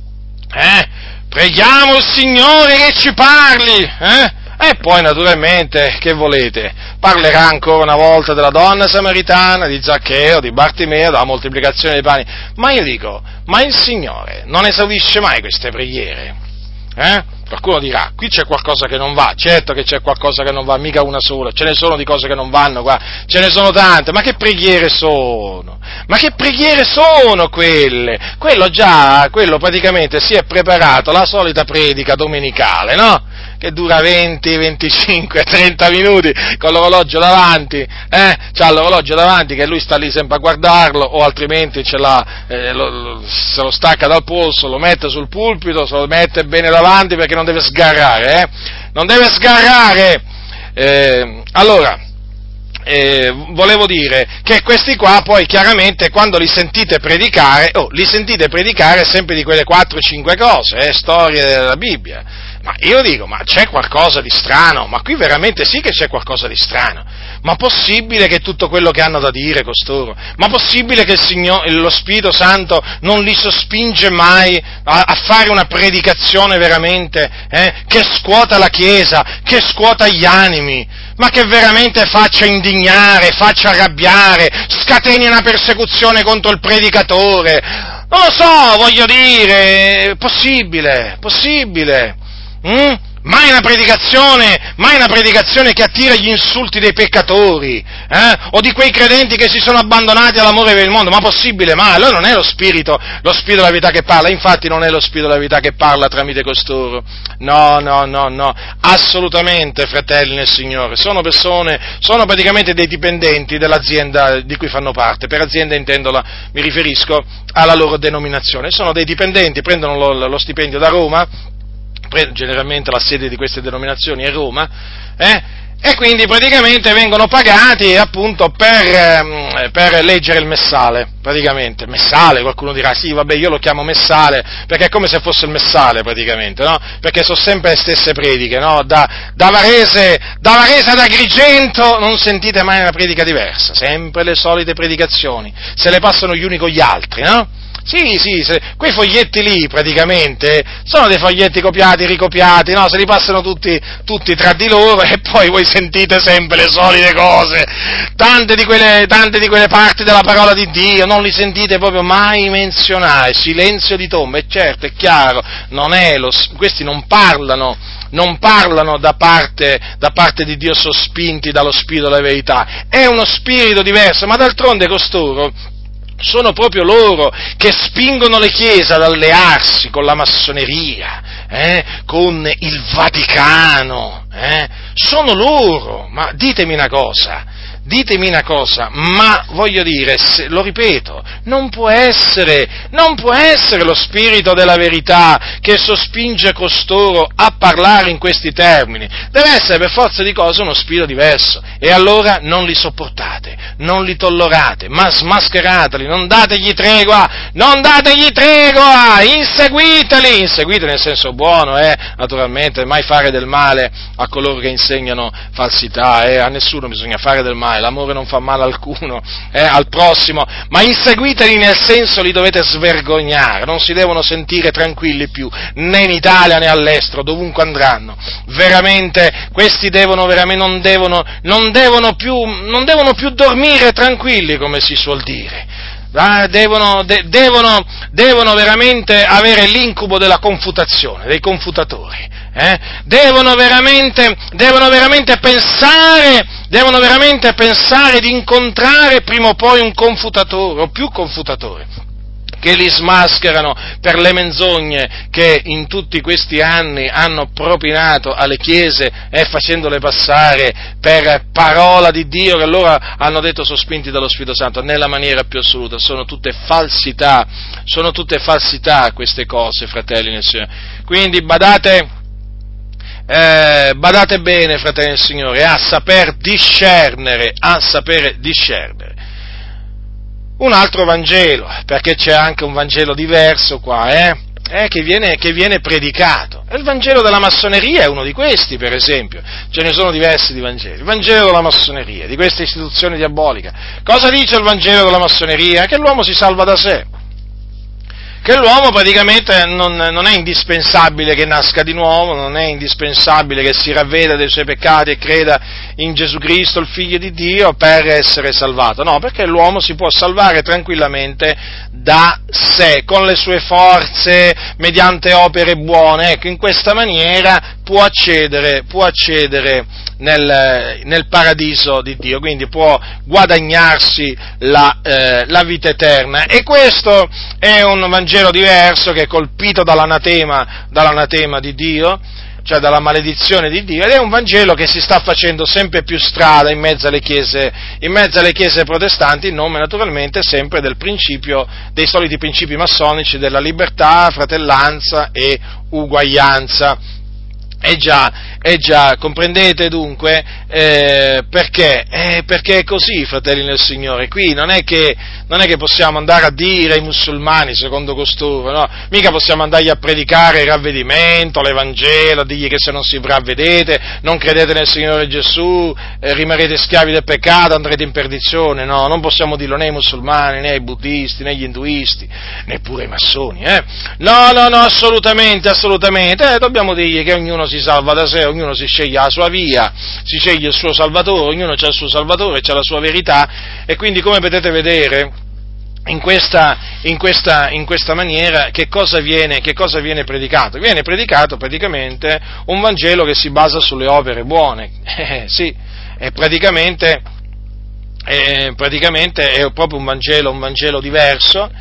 Eh? Preghiamo il Signore che ci parli! Eh? E poi, naturalmente, che volete? Parlerà ancora una volta della donna samaritana, di Zaccheo, di Bartimeo, della moltiplicazione dei pani. Ma io dico, ma il Signore non esaudisce mai queste preghiere? Eh? Qualcuno dirà, qui c'è qualcosa che non va, certo che c'è qualcosa che non va, mica una sola, ce ne sono di cose che non vanno qua, ce ne sono tante, ma che preghiere sono? Ma che preghiere sono quelle? Quello già, quello praticamente si è preparato la solita predica domenicale, no? Che dura venti, venticinque, trenta minuti con l'orologio davanti, eh? C'ha l'orologio davanti che lui sta lì sempre a guardarlo, o altrimenti ce l'ha, eh, lo, lo, se lo stacca dal polso, lo mette sul pulpito, se lo mette bene davanti perché non deve sgarrare, eh? Non deve sgarrare! Eh, allora, Eh, volevo dire che questi qua poi chiaramente quando li sentite predicare, oh, li sentite predicare sempre di quelle quattro cinque cose, eh, storie della Bibbia, ma io dico, ma c'è qualcosa di strano, ma qui veramente sì che c'è qualcosa di strano, ma possibile che tutto quello che hanno da dire costoro, ma possibile che il Signore, lo Spirito Santo non li sospinge mai a, a fare una predicazione veramente, eh, che scuota la Chiesa, che scuota gli animi, ma che veramente faccia indignare, faccia arrabbiare, scateni una persecuzione contro il predicatore? Non lo so, voglio dire, possibile, possibile. Mm? Mai una predicazione, mai una predicazione che attira gli insulti dei peccatori, eh? O di quei credenti che si sono abbandonati all'amore per il mondo, ma possibile mai? Allora non è lo spirito, lo spirito della verità che parla, infatti non è lo spirito della verità che parla tramite costoro, no, no, no, no, assolutamente, fratelli nel Signore, sono persone, sono praticamente dei dipendenti dell'azienda di cui fanno parte, per azienda intendo, la, mi riferisco alla loro denominazione, sono dei dipendenti, prendono lo, lo stipendio da Roma, generalmente la sede di queste denominazioni è Roma, eh? E quindi praticamente vengono pagati appunto per, eh, per leggere il messale, praticamente, messale, qualcuno dirà, sì vabbè io lo chiamo messale, perché è come se fosse il messale praticamente, no? Perché sono sempre le stesse prediche, no? Da, da Varese, da Varese ad Agrigento non sentite mai una predica diversa, sempre le solite predicazioni, se le passano gli uni con gli altri, no? Sì, sì, se, quei foglietti lì praticamente sono dei foglietti copiati, ricopiati, no? Se li passano tutti, tutti tra di loro e poi voi sentite sempre le solite cose, tante di quelle, tante di quelle parti della parola di Dio, non li sentite proprio mai menzionare, silenzio di tomba, e certo, è chiaro, non è lo, questi non parlano, non parlano da parte, da parte di Dio sospinti dallo spirito della verità, è uno spirito diverso, ma d'altronde costoro sono proprio loro che spingono le chiese ad allearsi con la massoneria, eh, con il Vaticano, eh, sono loro, ma ditemi una cosa, ditemi una cosa, ma voglio dire, se, lo ripeto, non può essere, non può essere lo spirito della verità che sospinge costoro a parlare in questi termini, deve essere per forza di cose uno spirito diverso, e allora non li sopportate, non li tollerate, ma smascherateli, non dategli tregua, non dategli tregua, inseguiteli, inseguiteli nel senso buono, eh, naturalmente, mai fare del male a coloro che insegnano falsità, eh, a nessuno bisogna fare del male, dai, l'amore non fa male alcuno eh, al prossimo, ma inseguiteli nel senso li dovete svergognare, non si devono sentire tranquilli più, né in Italia né all'estero, dovunque andranno. Veramente, questi devono, veramente, non devono, non devono più, non devono più dormire tranquilli, come si suol dire. Ah, devono, de, devono, devono veramente avere l'incubo della confutazione, dei confutatori, eh? devono veramente, devono veramente pensare, devono veramente pensare di incontrare prima o poi un confutatore, o più confutatori, che li smascherano per le menzogne che in tutti questi anni hanno propinato alle chiese e eh, facendole passare per parola di Dio che loro hanno detto sospinti dallo Spirito Santo, nella maniera più assoluta. Sono tutte falsità, sono tutte falsità queste cose, fratelli nel Signore. Quindi badate, eh, badate bene, fratelli nel Signore, a saper discernere, a sapere discernere. Un altro Vangelo, perché c'è anche un Vangelo diverso qua, eh, eh, che viene, che viene predicato. E il Vangelo della massoneria è uno di questi, per esempio. Ce ne sono diversi di Vangeli. Il Vangelo della massoneria, di questa istituzione diabolica. Cosa dice il Vangelo della massoneria? Che l'uomo si salva da sé. Che l'uomo praticamente non, non è indispensabile che nasca di nuovo, non è indispensabile che si ravveda dei suoi peccati e creda in Gesù Cristo, il Figlio di Dio, per essere salvato. No, perché l'uomo si può salvare tranquillamente da sé, con le sue forze, mediante opere buone. Ecco, in questa maniera può accedere, può accedere nel, nel paradiso di Dio, quindi può guadagnarsi la, eh, la vita eterna. E questo è un Vangelo diverso che è colpito dall'anatema, dall'anatema di Dio, cioè dalla maledizione di Dio, ed è un Vangelo che si sta facendo sempre più strada in mezzo alle chiese, in mezzo alle chiese protestanti, in nome naturalmente sempre del principio, dei soliti principi massonici della libertà, fratellanza e uguaglianza. Eh già, eh già, comprendete dunque eh, perché? Eh, perché è così, fratelli nel Signore. Qui non è che non è che possiamo andare a dire ai musulmani, secondo costoro, no? Mica possiamo andargli a predicare il ravvedimento, l'Evangelo, a dirgli che se non si ravvedete, non credete nel Signore Gesù, eh, rimarrete schiavi del peccato, andrete in perdizione. No, non possiamo dirlo né ai musulmani, né ai buddisti, né agli induisti, neppure ai massoni, eh? No, no, no, assolutamente, assolutamente. Eh, dobbiamo dirgli che ognuno si salva da sé, ognuno si sceglie la sua via, si sceglie il suo Salvatore, ognuno ha il suo Salvatore, ha la sua verità, e quindi, come potete vedere, in questa, in questa, in questa maniera che cosa viene, che cosa viene predicato? Viene predicato praticamente un Vangelo che si basa sulle opere buone, eh, sì, è praticamente, è, praticamente è proprio un Vangelo, un Vangelo diverso,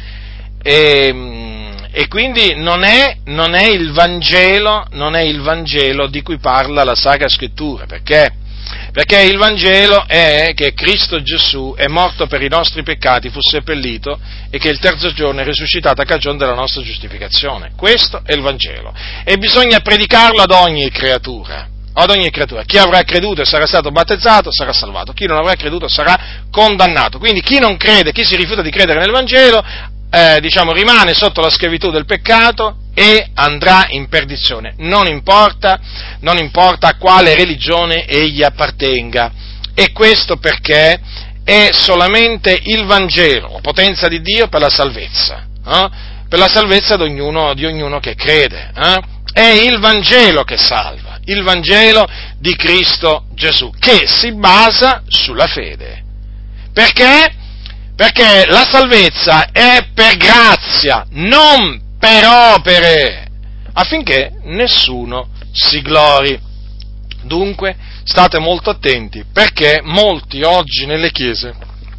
e, E quindi non è, non è il Vangelo, non è il Vangelo di cui parla la Sacra Scrittura, perché? Perché il Vangelo è che Cristo Gesù è morto per i nostri peccati, fu seppellito e che il terzo giorno è risuscitato a cagione della nostra giustificazione. Questo è il Vangelo. E bisogna predicarlo ad ogni creatura. Ad ogni creatura. Chi avrà creduto e sarà stato battezzato sarà salvato, chi non avrà creduto sarà condannato. Quindi chi non crede, chi si rifiuta di credere nel Vangelo, Eh, diciamo, rimane sotto la schiavitù del peccato e andrà in perdizione, non importa, non importa a quale religione egli appartenga. E questo perché è solamente il Vangelo, la potenza di Dio per la salvezza, eh? per la salvezza di ognuno, di ognuno che crede. Eh? È il Vangelo che salva, il Vangelo di Cristo Gesù, che si basa sulla fede. Perché? Perché la salvezza è per grazia, non per opere, affinché nessuno si glori. Dunque, state molto attenti, perché molti oggi nelle chiese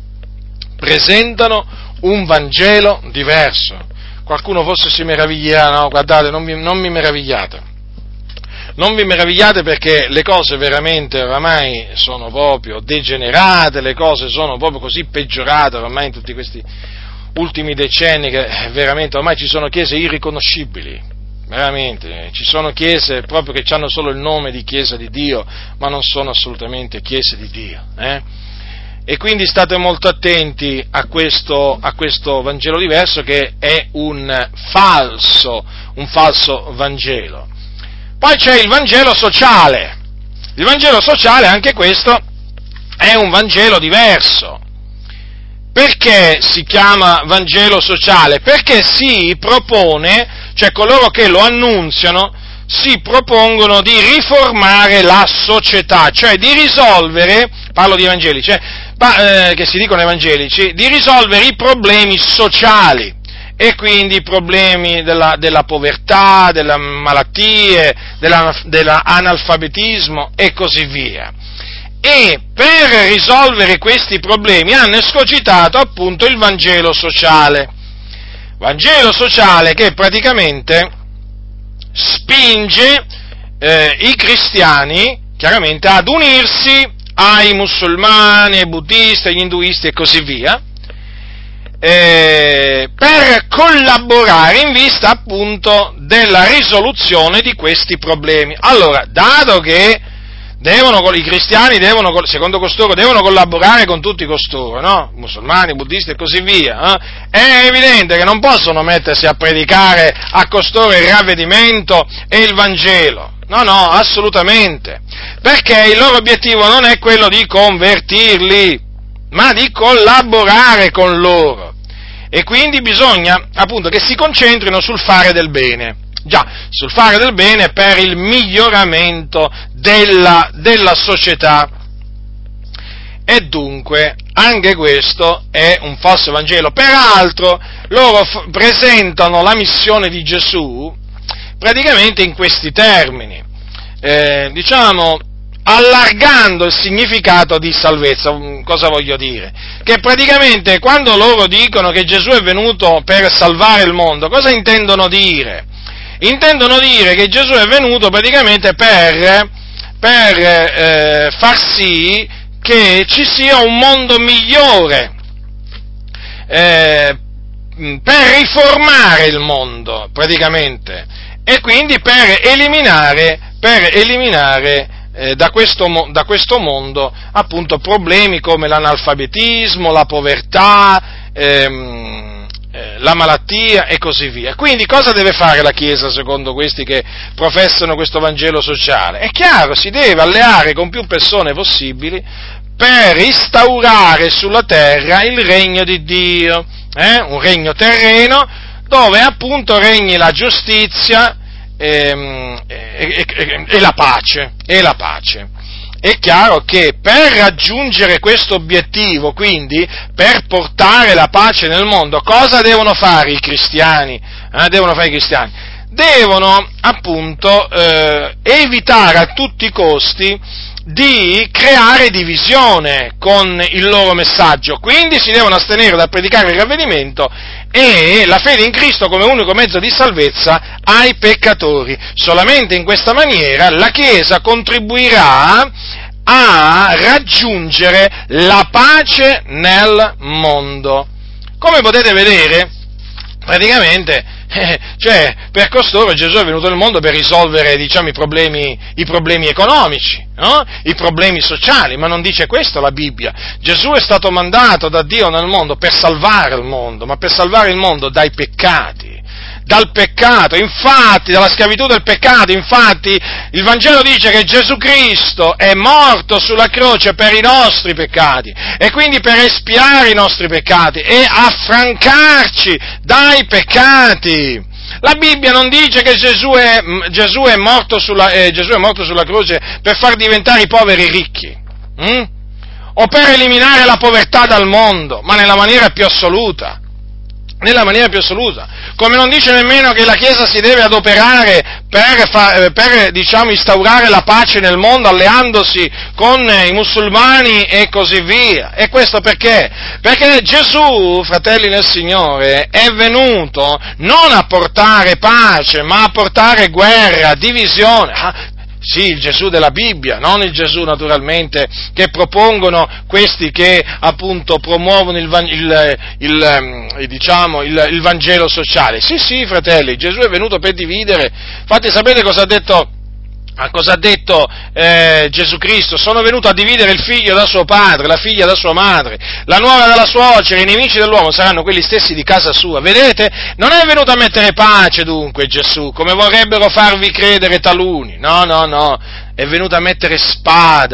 presentano un Vangelo diverso. Qualcuno forse si meraviglierà, no, guardate, non vi, non mi meravigliate. Non vi meravigliate, perché le cose veramente oramai sono proprio degenerate, le cose sono proprio così peggiorate oramai in tutti questi ultimi decenni, che veramente ormai ci sono chiese irriconoscibili, veramente, ci sono chiese proprio che hanno solo il nome di Chiesa di Dio, ma non sono assolutamente chiese di Dio, eh? E quindi state molto attenti a questo, a questo Vangelo diverso, che è un falso, un falso Vangelo. Poi c'è il Vangelo sociale. Il Vangelo sociale, anche questo, è un Vangelo diverso. Perché si chiama Vangelo sociale? Perché si propone, cioè coloro che lo annunziano, si propongono di riformare la società, cioè di risolvere, parlo di evangelici, eh, eh, che si dicono evangelici, di risolvere i problemi sociali, e quindi i problemi della, della povertà, delle malattie, della, dell'analfabetismo e così via. E per risolvere questi problemi hanno escogitato appunto il Vangelo sociale. Vangelo sociale che praticamente spinge eh, i cristiani, chiaramente, ad unirsi ai musulmani, ai buddisti, agli induisti e così via, eh, per collaborare in vista appunto della risoluzione di questi problemi. Allora, dato che Devono, i cristiani devono, secondo costoro, devono collaborare con tutti costoro, no? Musulmani, buddisti e così via. Eh? È evidente che non possono mettersi a predicare a costoro il ravvedimento e il Vangelo. No, no, assolutamente. Perché il loro obiettivo non è quello di convertirli, ma di collaborare con loro. E quindi bisogna, appunto, che si concentrino sul fare del bene. Già, sul fare del bene per il miglioramento della, della società. E dunque, anche questo è un falso Vangelo. Peraltro, loro f- presentano la missione di Gesù praticamente in questi termini, eh, diciamo, allargando il significato di salvezza. Cosa voglio dire? Che praticamente quando loro dicono che Gesù è venuto per salvare il mondo, cosa intendono dire? Intendono dire che Gesù è venuto praticamente per, per eh, far sì che ci sia un mondo migliore, eh, per riformare il mondo praticamente, e quindi per eliminare, per eliminare eh, da, questo, da questo mondo appunto problemi come l'analfabetismo, la povertà, ehm, la malattia e così via. Quindi cosa deve fare la Chiesa secondo questi che professano questo Vangelo sociale? È chiaro, si deve alleare con più persone possibili per instaurare sulla terra il regno di Dio, eh? un regno terreno dove appunto regni la giustizia e, e, e, e la pace, e la pace. È chiaro che per raggiungere questo obiettivo, quindi per portare la pace nel mondo, cosa devono fare i cristiani? Eh, devono fare i cristiani? Devono appunto eh, evitare a tutti i costi di creare divisione con il loro messaggio, quindi si devono astenere dal predicare il ravvedimento e la fede in Cristo come unico mezzo di salvezza ai peccatori. Solamente in questa maniera la Chiesa contribuirà a raggiungere la pace nel mondo. Come potete vedere, praticamente, eh, cioè, per costoro Gesù è venuto nel mondo per risolvere, diciamo, i problemi, i problemi economici, no? I problemi sociali, ma non dice questo la Bibbia. Gesù è stato mandato da Dio nel mondo per salvare il mondo, ma per salvare il mondo dai peccati. Dal peccato, infatti, dalla schiavitù del peccato, infatti, il Vangelo dice che Gesù Cristo è morto sulla croce per i nostri peccati, e quindi per espiare i nostri peccati e affrancarci dai peccati. La Bibbia non dice che Gesù è, Gesù è, morto, sulla, eh, Gesù è morto sulla croce per far diventare i poveri ricchi, hm? o per eliminare la povertà dal mondo, ma nella maniera più assoluta. Nella maniera più assoluta, come non dice nemmeno che la Chiesa si deve adoperare per, far, per diciamo, instaurare la pace nel mondo alleandosi con i musulmani e così via. E questo perché? Perché Gesù, fratelli nel Signore, è venuto non a portare pace, ma a portare guerra, divisione. Ah, sì, il Gesù della Bibbia, non il Gesù naturalmente che propongono questi che appunto promuovono il, il, il, il, diciamo, il, il Vangelo sociale. Sì, sì, fratelli, Gesù è venuto per dividere. Infatti sapete cosa ha detto? A cosa ha detto eh, Gesù Cristo? Sono venuto a dividere il figlio da suo padre, la figlia da sua madre, la nuora dalla suocera, i nemici dell'uomo saranno quelli stessi di casa sua. Vedete? Non è venuto a mettere pace dunque Gesù, come vorrebbero farvi credere taluni. No, no, no, è venuto a mettere spada.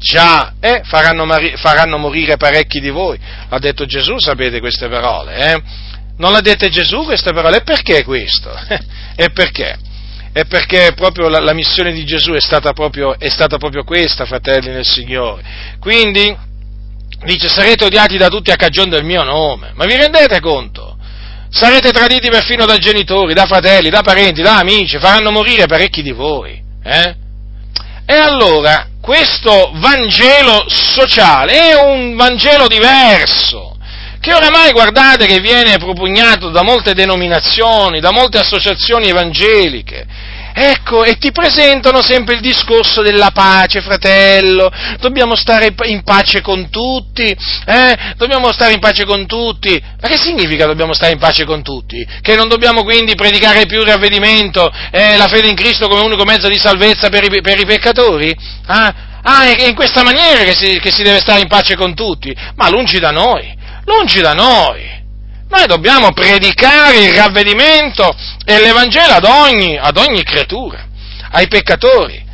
già, eh, faranno, mari- faranno morire parecchi di voi. Ha detto Gesù, sapete queste parole, eh? Non l'ha dette Gesù queste parole? E perché questo? E perché? E perché proprio la, la missione di Gesù è stata proprio, è stata proprio questa, fratelli nel Signore. Quindi, dice, sarete odiati da tutti a cagione del mio nome. Ma vi rendete conto? Sarete traditi perfino da genitori, da fratelli, da parenti, da amici, faranno morire parecchi di voi, eh? E allora, questo Vangelo sociale è un Vangelo diverso, che oramai, guardate, che viene propugnato da molte denominazioni, da molte associazioni evangeliche. Ecco, e ti presentano sempre il discorso della pace, fratello, dobbiamo stare in pace con tutti, eh? Dobbiamo stare in pace con tutti. Ma che significa dobbiamo stare in pace con tutti? Che non dobbiamo quindi predicare più il ravvedimento e eh, la fede in Cristo come unico mezzo di salvezza per i, per i peccatori? Ah, ah, è in questa maniera che si, che si deve stare in pace con tutti? Ma lungi da noi, lungi da noi. Noi dobbiamo predicare il ravvedimento e l'Evangelo ad ogni, ad ogni creatura, ai peccatori.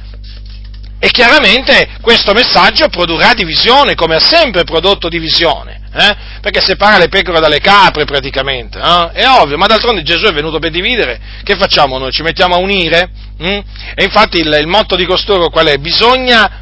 E chiaramente questo messaggio produrrà divisione, come ha sempre prodotto divisione, eh? Perché separa le pecore dalle capre praticamente, eh? È ovvio, ma d'altronde Gesù è venuto per dividere, che facciamo noi? Ci mettiamo a unire? Mm? E infatti il, il motto di costoro qual è? Bisogna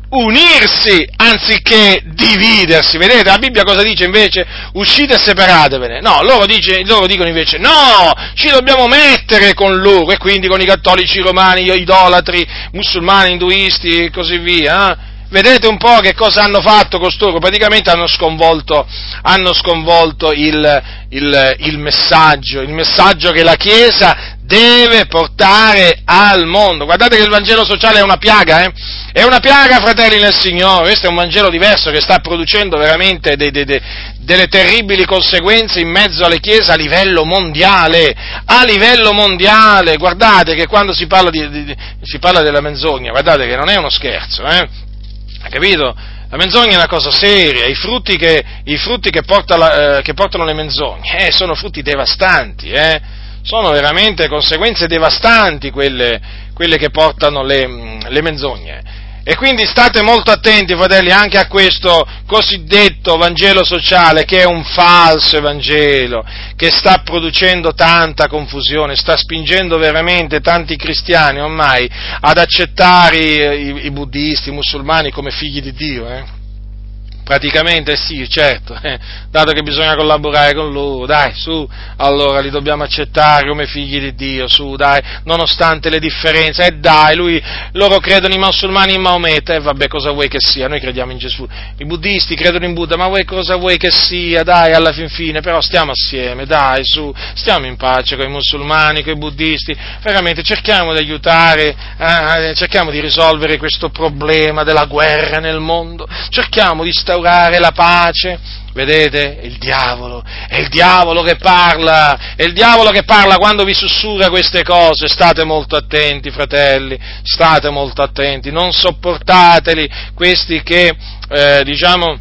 unirsi anziché dividersi. Vedete, la Bibbia cosa dice invece? Uscite e separatevene. No, loro, dice, loro dicono invece no, ci dobbiamo mettere con loro, e quindi con i cattolici romani, gli idolatri, musulmani, induisti e così via. Eh? Vedete un po' che cosa hanno fatto costoro? Praticamente hanno sconvolto, hanno sconvolto il, il, il messaggio, il messaggio che la Chiesa deve portare al mondo. Guardate che il Vangelo sociale è una piaga, eh? È una piaga, fratelli nel Signore. Questo è un Vangelo diverso che sta producendo veramente dei, dei, dei, delle terribili conseguenze in mezzo alle chiese a livello mondiale, a livello mondiale. Guardate che quando si parla, di, di, si parla della menzogna, guardate che non è uno scherzo, eh? Ha capito? La menzogna è una cosa seria, i frutti che, i frutti che, porta la, eh, che portano le menzogne eh, sono frutti devastanti, eh? Sono veramente conseguenze devastanti quelle, quelle che portano le, le menzogne. E quindi state molto attenti, fratelli, anche a questo cosiddetto Vangelo sociale, che è un falso Evangelo, che sta producendo tanta confusione, sta spingendo veramente tanti cristiani ormai ad accettare i, i buddisti, i musulmani come figli di Dio, eh? Praticamente sì, certo, eh, dato che bisogna collaborare con loro, dai, su, allora li dobbiamo accettare come figli di Dio, su, dai, nonostante le differenze, e eh, dai, lui, loro credono i musulmani in Maometto, e eh, vabbè, cosa vuoi che sia, noi crediamo in Gesù, i buddisti credono in Buddha, ma voi cosa vuoi che sia, dai, alla fin fine, però stiamo assieme, dai, su, stiamo in pace con i musulmani, con i buddisti, veramente cerchiamo di aiutare, eh, cerchiamo di risolvere questo problema della guerra nel mondo, cerchiamo di stare la pace. Vedete? È il diavolo, è il diavolo che parla, è il diavolo che parla quando vi sussurra queste cose. State molto attenti, fratelli, state molto attenti, non sopportateli questi che, eh, diciamo,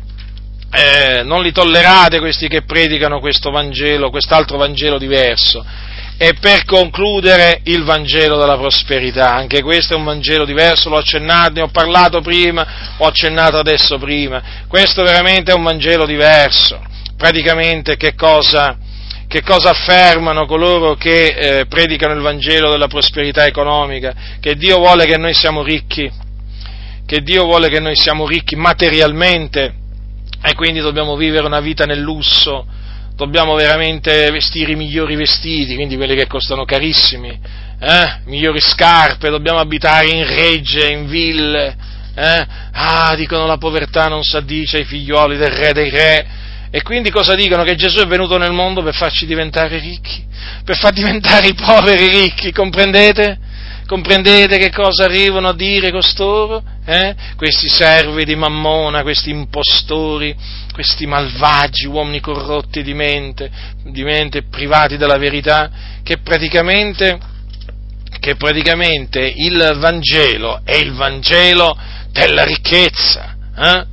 eh, non li tollerate questi che predicano questo Vangelo, quest'altro Vangelo diverso. E per concludere il Vangelo della prosperità, anche questo è un Vangelo diverso, l'ho accennato, ne ho parlato prima, ho accennato adesso prima, questo veramente è un Vangelo diverso. Praticamente che cosa, che cosa affermano coloro che eh, predicano il Vangelo della prosperità economica? Che Dio vuole che noi siamo ricchi, che Dio vuole che noi siamo ricchi materialmente e quindi dobbiamo vivere una vita nel lusso, dobbiamo veramente vestire i migliori vestiti, quindi quelli che costano carissimi, eh? migliori scarpe, dobbiamo abitare in regge, in ville, eh? ah, dicono la povertà non s'addice ai figlioli del re dei re, e quindi cosa dicono? Che Gesù è venuto nel mondo per farci diventare ricchi, per far diventare i poveri ricchi, comprendete? Comprendete che cosa arrivano a dire costoro? Eh? Questi servi di Mammona, questi impostori, questi malvagi, uomini corrotti di mente, di mente privati della verità, che praticamente, che praticamente il Vangelo è il Vangelo della ricchezza. Eh?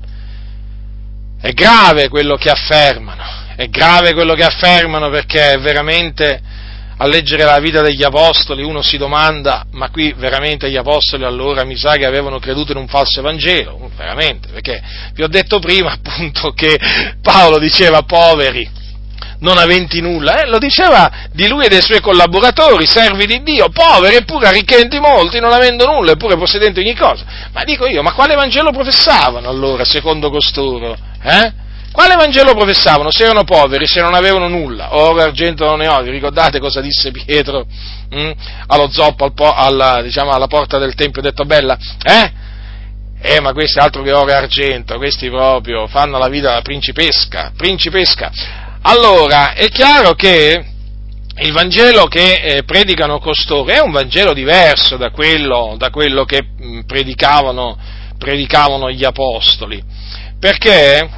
È grave quello che affermano, è grave quello che affermano perché veramente a leggere la vita degli apostoli, uno si domanda, ma qui veramente gli apostoli allora mi sa che avevano creduto in un falso Evangelo, veramente, perché vi ho detto prima appunto che Paolo diceva poveri, non aventi nulla, eh? Lo diceva di lui e dei suoi collaboratori, servi di Dio, poveri eppure arricchenti molti, non avendo nulla, eppure possedenti ogni cosa. Ma dico io, ma quale Vangelo professavano allora, secondo costoro? Eh? Quale Vangelo professavano? Se erano poveri, se non avevano nulla, oro e argento non ne ho, vi ricordate cosa disse Pietro hm? allo zoppo, al po- alla, diciamo, alla porta del Tempio, detto bella? Eh? Eh, ma questi altro che oro e argento, questi proprio fanno la vita principesca, principesca. Allora, è chiaro che il Vangelo che eh, predicano costoro è un Vangelo diverso da quello, da quello che mh, predicavano, predicavano gli apostoli, perché,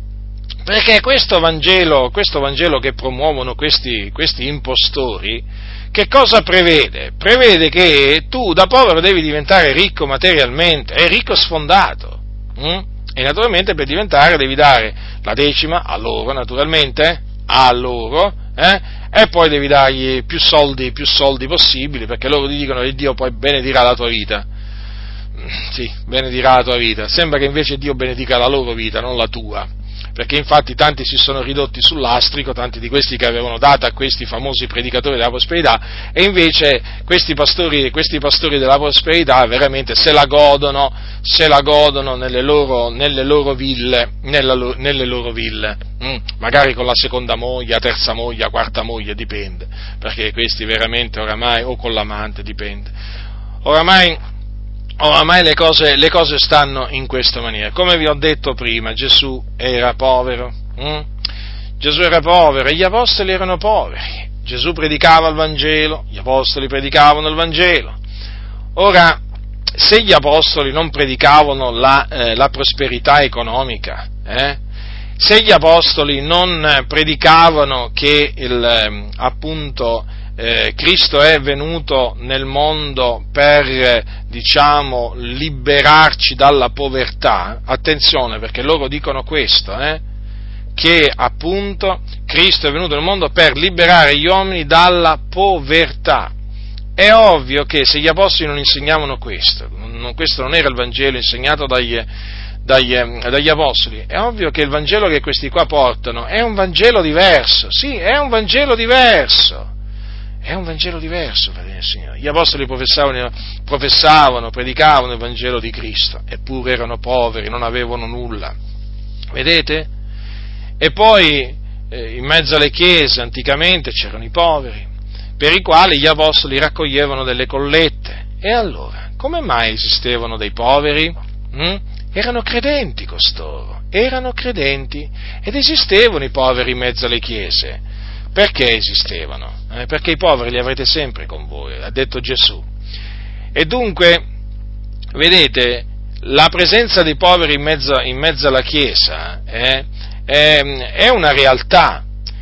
perché questo Vangelo, questo Vangelo che promuovono questi, questi impostori, che cosa prevede? Prevede che tu da povero devi diventare ricco materialmente, è ricco sfondato, hm? E naturalmente per diventare devi dare la decima a loro, naturalmente, a loro, eh? E poi devi dargli più soldi, più soldi possibili, perché loro ti dicono che Dio poi benedirà la tua vita. Sì, benedirà la tua vita. Sembra che invece Dio benedica la loro vita, non la tua. Perché infatti tanti si sono ridotti sul lastrico, tanti di questi che avevano dato a questi famosi predicatori della prosperità, e invece questi pastori, questi pastori della prosperità veramente se la godono, se la godono nelle loro, nelle loro ville, nella, nelle loro ville, mm, magari con la seconda moglie, la terza moglie, la quarta moglie, dipende, perché questi veramente oramai, o con l'amante, dipende, oramai... Oramai le cose, le cose stanno in questa maniera. Come vi ho detto prima, Gesù era povero, hm? Gesù era povero e gli apostoli erano poveri. Gesù predicava il Vangelo, gli apostoli predicavano il Vangelo. Ora, se gli apostoli non predicavano la, eh, la prosperità economica, eh? se gli apostoli non predicavano che il, eh, appunto, Eh, Cristo è venuto nel mondo per, eh, diciamo, liberarci dalla povertà, attenzione perché loro dicono questo, eh, che appunto Cristo è venuto nel mondo per liberare gli uomini dalla povertà. È ovvio che se gli apostoli non insegnavano questo, non, questo non era il Vangelo insegnato dagli, dagli, dagli apostoli, è ovvio che il Vangelo che questi qua portano è un Vangelo diverso, sì, è un Vangelo diverso. È un Vangelo diverso, fratelli del Signore. Gli apostoli professavano, professavano, predicavano il Vangelo di Cristo, eppure erano poveri, non avevano nulla. Vedete? E poi, eh, in mezzo alle chiese, anticamente, c'erano i poveri, per i quali gli apostoli raccoglievano delle collette. E allora, come mai esistevano dei poveri? Hm? Erano credenti costoro, erano credenti, ed esistevano i poveri in mezzo alle chiese. Perché esistevano? Eh, perché i poveri li avrete sempre con voi, ha detto Gesù. E dunque, vedete, la presenza dei poveri in mezzo, in mezzo alla Chiesa eh, è, è una realtà,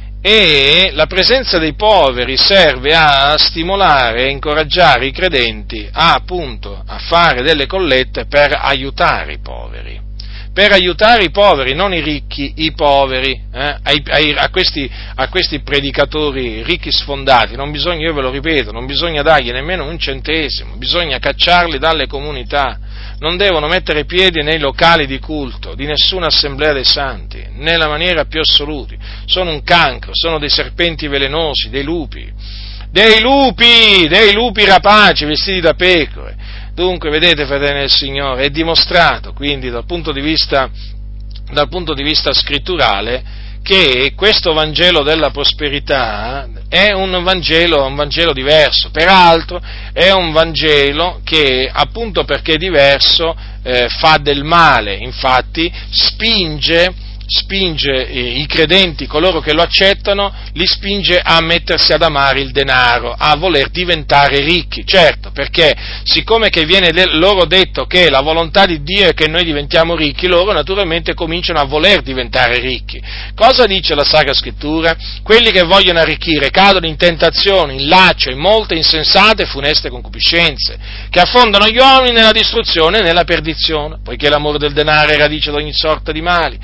e la presenza dei poveri serve a stimolare e incoraggiare i credenti a, appunto, a fare delle collette per aiutare i poveri. Per aiutare i poveri, non i ricchi, i poveri, eh, ai, ai, a, questi, a questi predicatori ricchi sfondati, non bisogna, io ve lo ripeto, non bisogna dargli nemmeno un centesimo, bisogna cacciarli dalle comunità, non devono mettere piedi nei locali di culto di nessuna assemblea dei santi, nella maniera più assoluta, sono un cancro, sono dei serpenti velenosi, dei lupi, dei lupi, dei lupi rapaci vestiti da pecore. Dunque, vedete, fratelli del Signore, è dimostrato, quindi, dal punto di vista, dal punto di vista scritturale, che questo Vangelo della prosperità è un Vangelo, un Vangelo diverso. Peraltro, è un Vangelo che, appunto perché è diverso, eh, fa del male. Infatti, spinge, spinge i credenti, coloro che lo accettano, li spinge a mettersi ad amare il denaro, a voler diventare ricchi, certo, perché siccome che viene loro detto che la volontà di Dio è che noi diventiamo ricchi, loro naturalmente cominciano a voler diventare ricchi. Cosa dice la Sacra Scrittura? Quelli che vogliono arricchire cadono in tentazioni, in laccio, in molte insensate e funeste concupiscenze, che affondano gli uomini nella distruzione e nella perdizione, poiché l'amore del denaro è radice di ogni sorta di mali, e al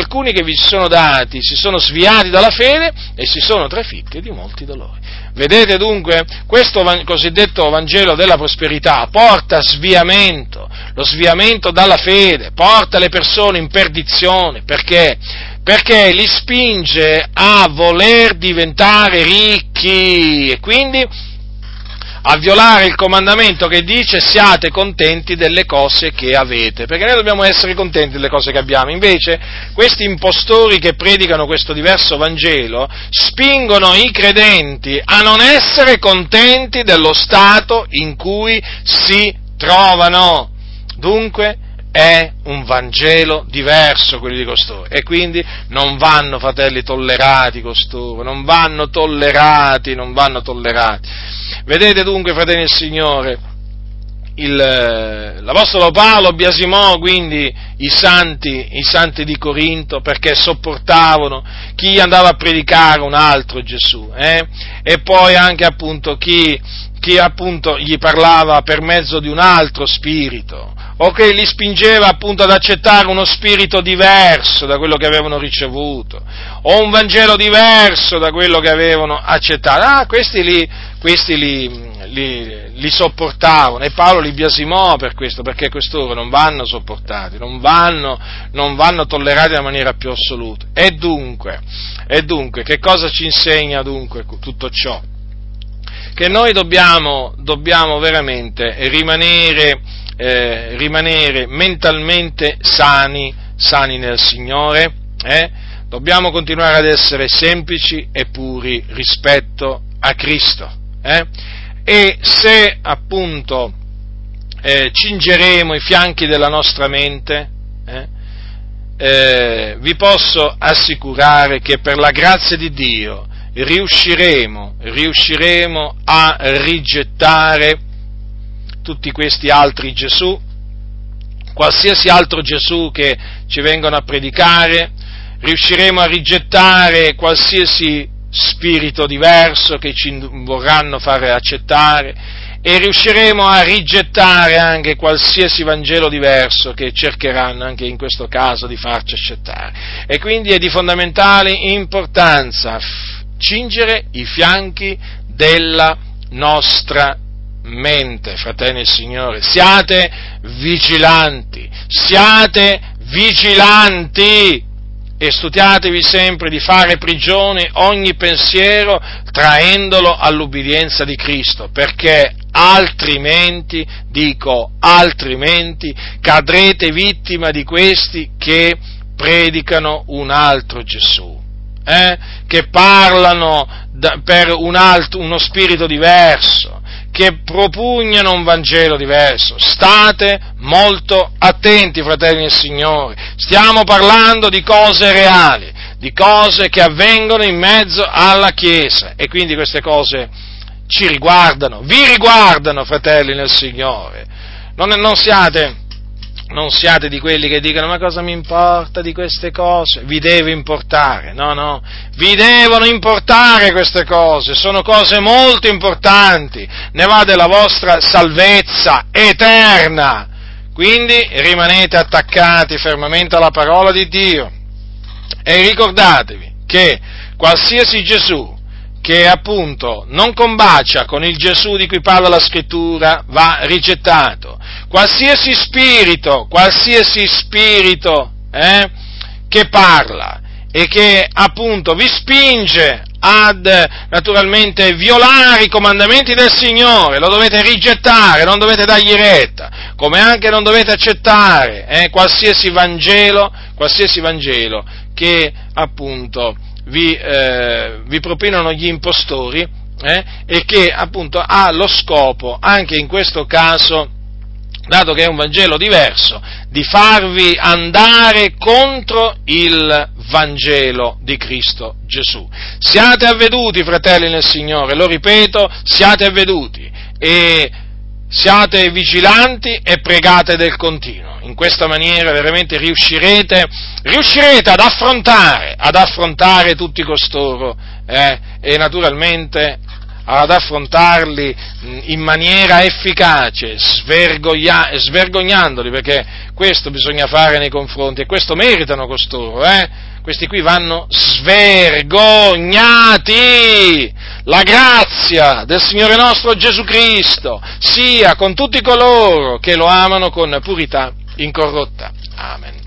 alcuni che vi si sono dati si sono sviati dalla fede e si sono trafitti di molti dolori. Vedete dunque, questo cosiddetto Vangelo della prosperità porta sviamento, lo sviamento dalla fede, porta le persone in perdizione, perché? Perché li spinge a voler diventare ricchi e quindi a violare il comandamento che dice siate contenti delle cose che avete, perché noi dobbiamo essere contenti delle cose che abbiamo. Invece questi impostori che predicano questo diverso Vangelo spingono i credenti a non essere contenti dello stato in cui si trovano. Dunque è un Vangelo diverso quelli di costoro, e quindi non vanno, fratelli, tollerati costoro, non vanno tollerati, non vanno tollerati. Vedete dunque, fratelli del Signore, il, l'Apostolo Paolo biasimò quindi i santi, i santi di Corinto perché sopportavano chi andava a predicare un altro Gesù, eh? E poi anche appunto chi, chi appunto gli parlava per mezzo di un altro spirito, o che li spingeva appunto ad accettare uno spirito diverso da quello che avevano ricevuto, o un Vangelo diverso da quello che avevano accettato. Ah, questi li, questi li, li, li sopportavano, e Paolo li biasimò per questo, perché costoro non vanno sopportati, non vanno, non vanno tollerati in maniera più assoluta. E dunque, e dunque, che cosa ci insegna dunque tutto ciò? Che noi dobbiamo, dobbiamo veramente rimanere Eh, rimanere mentalmente sani, sani nel Signore, eh? Dobbiamo continuare ad essere semplici e puri rispetto a Cristo, eh? E se appunto eh, cingeremo i fianchi della nostra mente, eh? Eh, vi posso assicurare che per la grazia di Dio riusciremo, riusciremo a rigettare tutti questi altri Gesù, qualsiasi altro Gesù che ci vengono a predicare, riusciremo a rigettare qualsiasi spirito diverso che ci vorranno fare accettare, e riusciremo a rigettare anche qualsiasi Vangelo diverso che cercheranno anche in questo caso di farci accettare. E quindi è di fondamentale importanza cingere i fianchi della nostra mente, fratelli del Signore. Siate vigilanti, siate vigilanti e studiatevi sempre di fare prigione ogni pensiero traendolo all'ubbidienza di Cristo, perché altrimenti, dico altrimenti, cadrete vittima di questi che predicano un altro Gesù, eh? Che parlano da, per un altro, uno spirito diverso, che propugnano un Vangelo diverso. State molto attenti, fratelli del Signore, stiamo parlando di cose reali, di cose che avvengono in mezzo alla Chiesa, e quindi queste cose ci riguardano, vi riguardano, fratelli nel Signore. Non, non siate... Non siate di quelli che dicono ma cosa mi importa di queste cose? Vi deve importare, no, no, vi devono importare queste cose, sono cose molto importanti, ne va della vostra salvezza eterna, quindi rimanete attaccati fermamente alla parola di Dio e ricordatevi che qualsiasi Gesù che appunto non combacia con il Gesù di cui parla la Scrittura va rigettato. Qualsiasi spirito, qualsiasi spirito eh, che parla e che appunto vi spinge ad naturalmente violare i comandamenti del Signore, lo dovete rigettare, non dovete dargli retta, come anche non dovete accettare eh, qualsiasi Vangelo, qualsiasi Vangelo che appunto vi, eh, vi propinano gli impostori eh, e che appunto ha lo scopo, anche in questo caso, dato che è un Vangelo diverso, di farvi andare contro il Vangelo di Cristo Gesù. Siate avveduti, fratelli nel Signore, lo ripeto, siate avveduti e siate vigilanti e pregate del continuo. In questa maniera veramente riuscirete, riuscirete ad affrontare, ad affrontare tutti costoro eh, e naturalmente ad affrontarli in maniera efficace, svergogna, svergognandoli, perché questo bisogna fare nei confronti, e questo meritano costoro, eh? Questi qui vanno svergognati! La grazia del Signore nostro Gesù Cristo sia con tutti coloro che lo amano con purità incorrotta. Amen.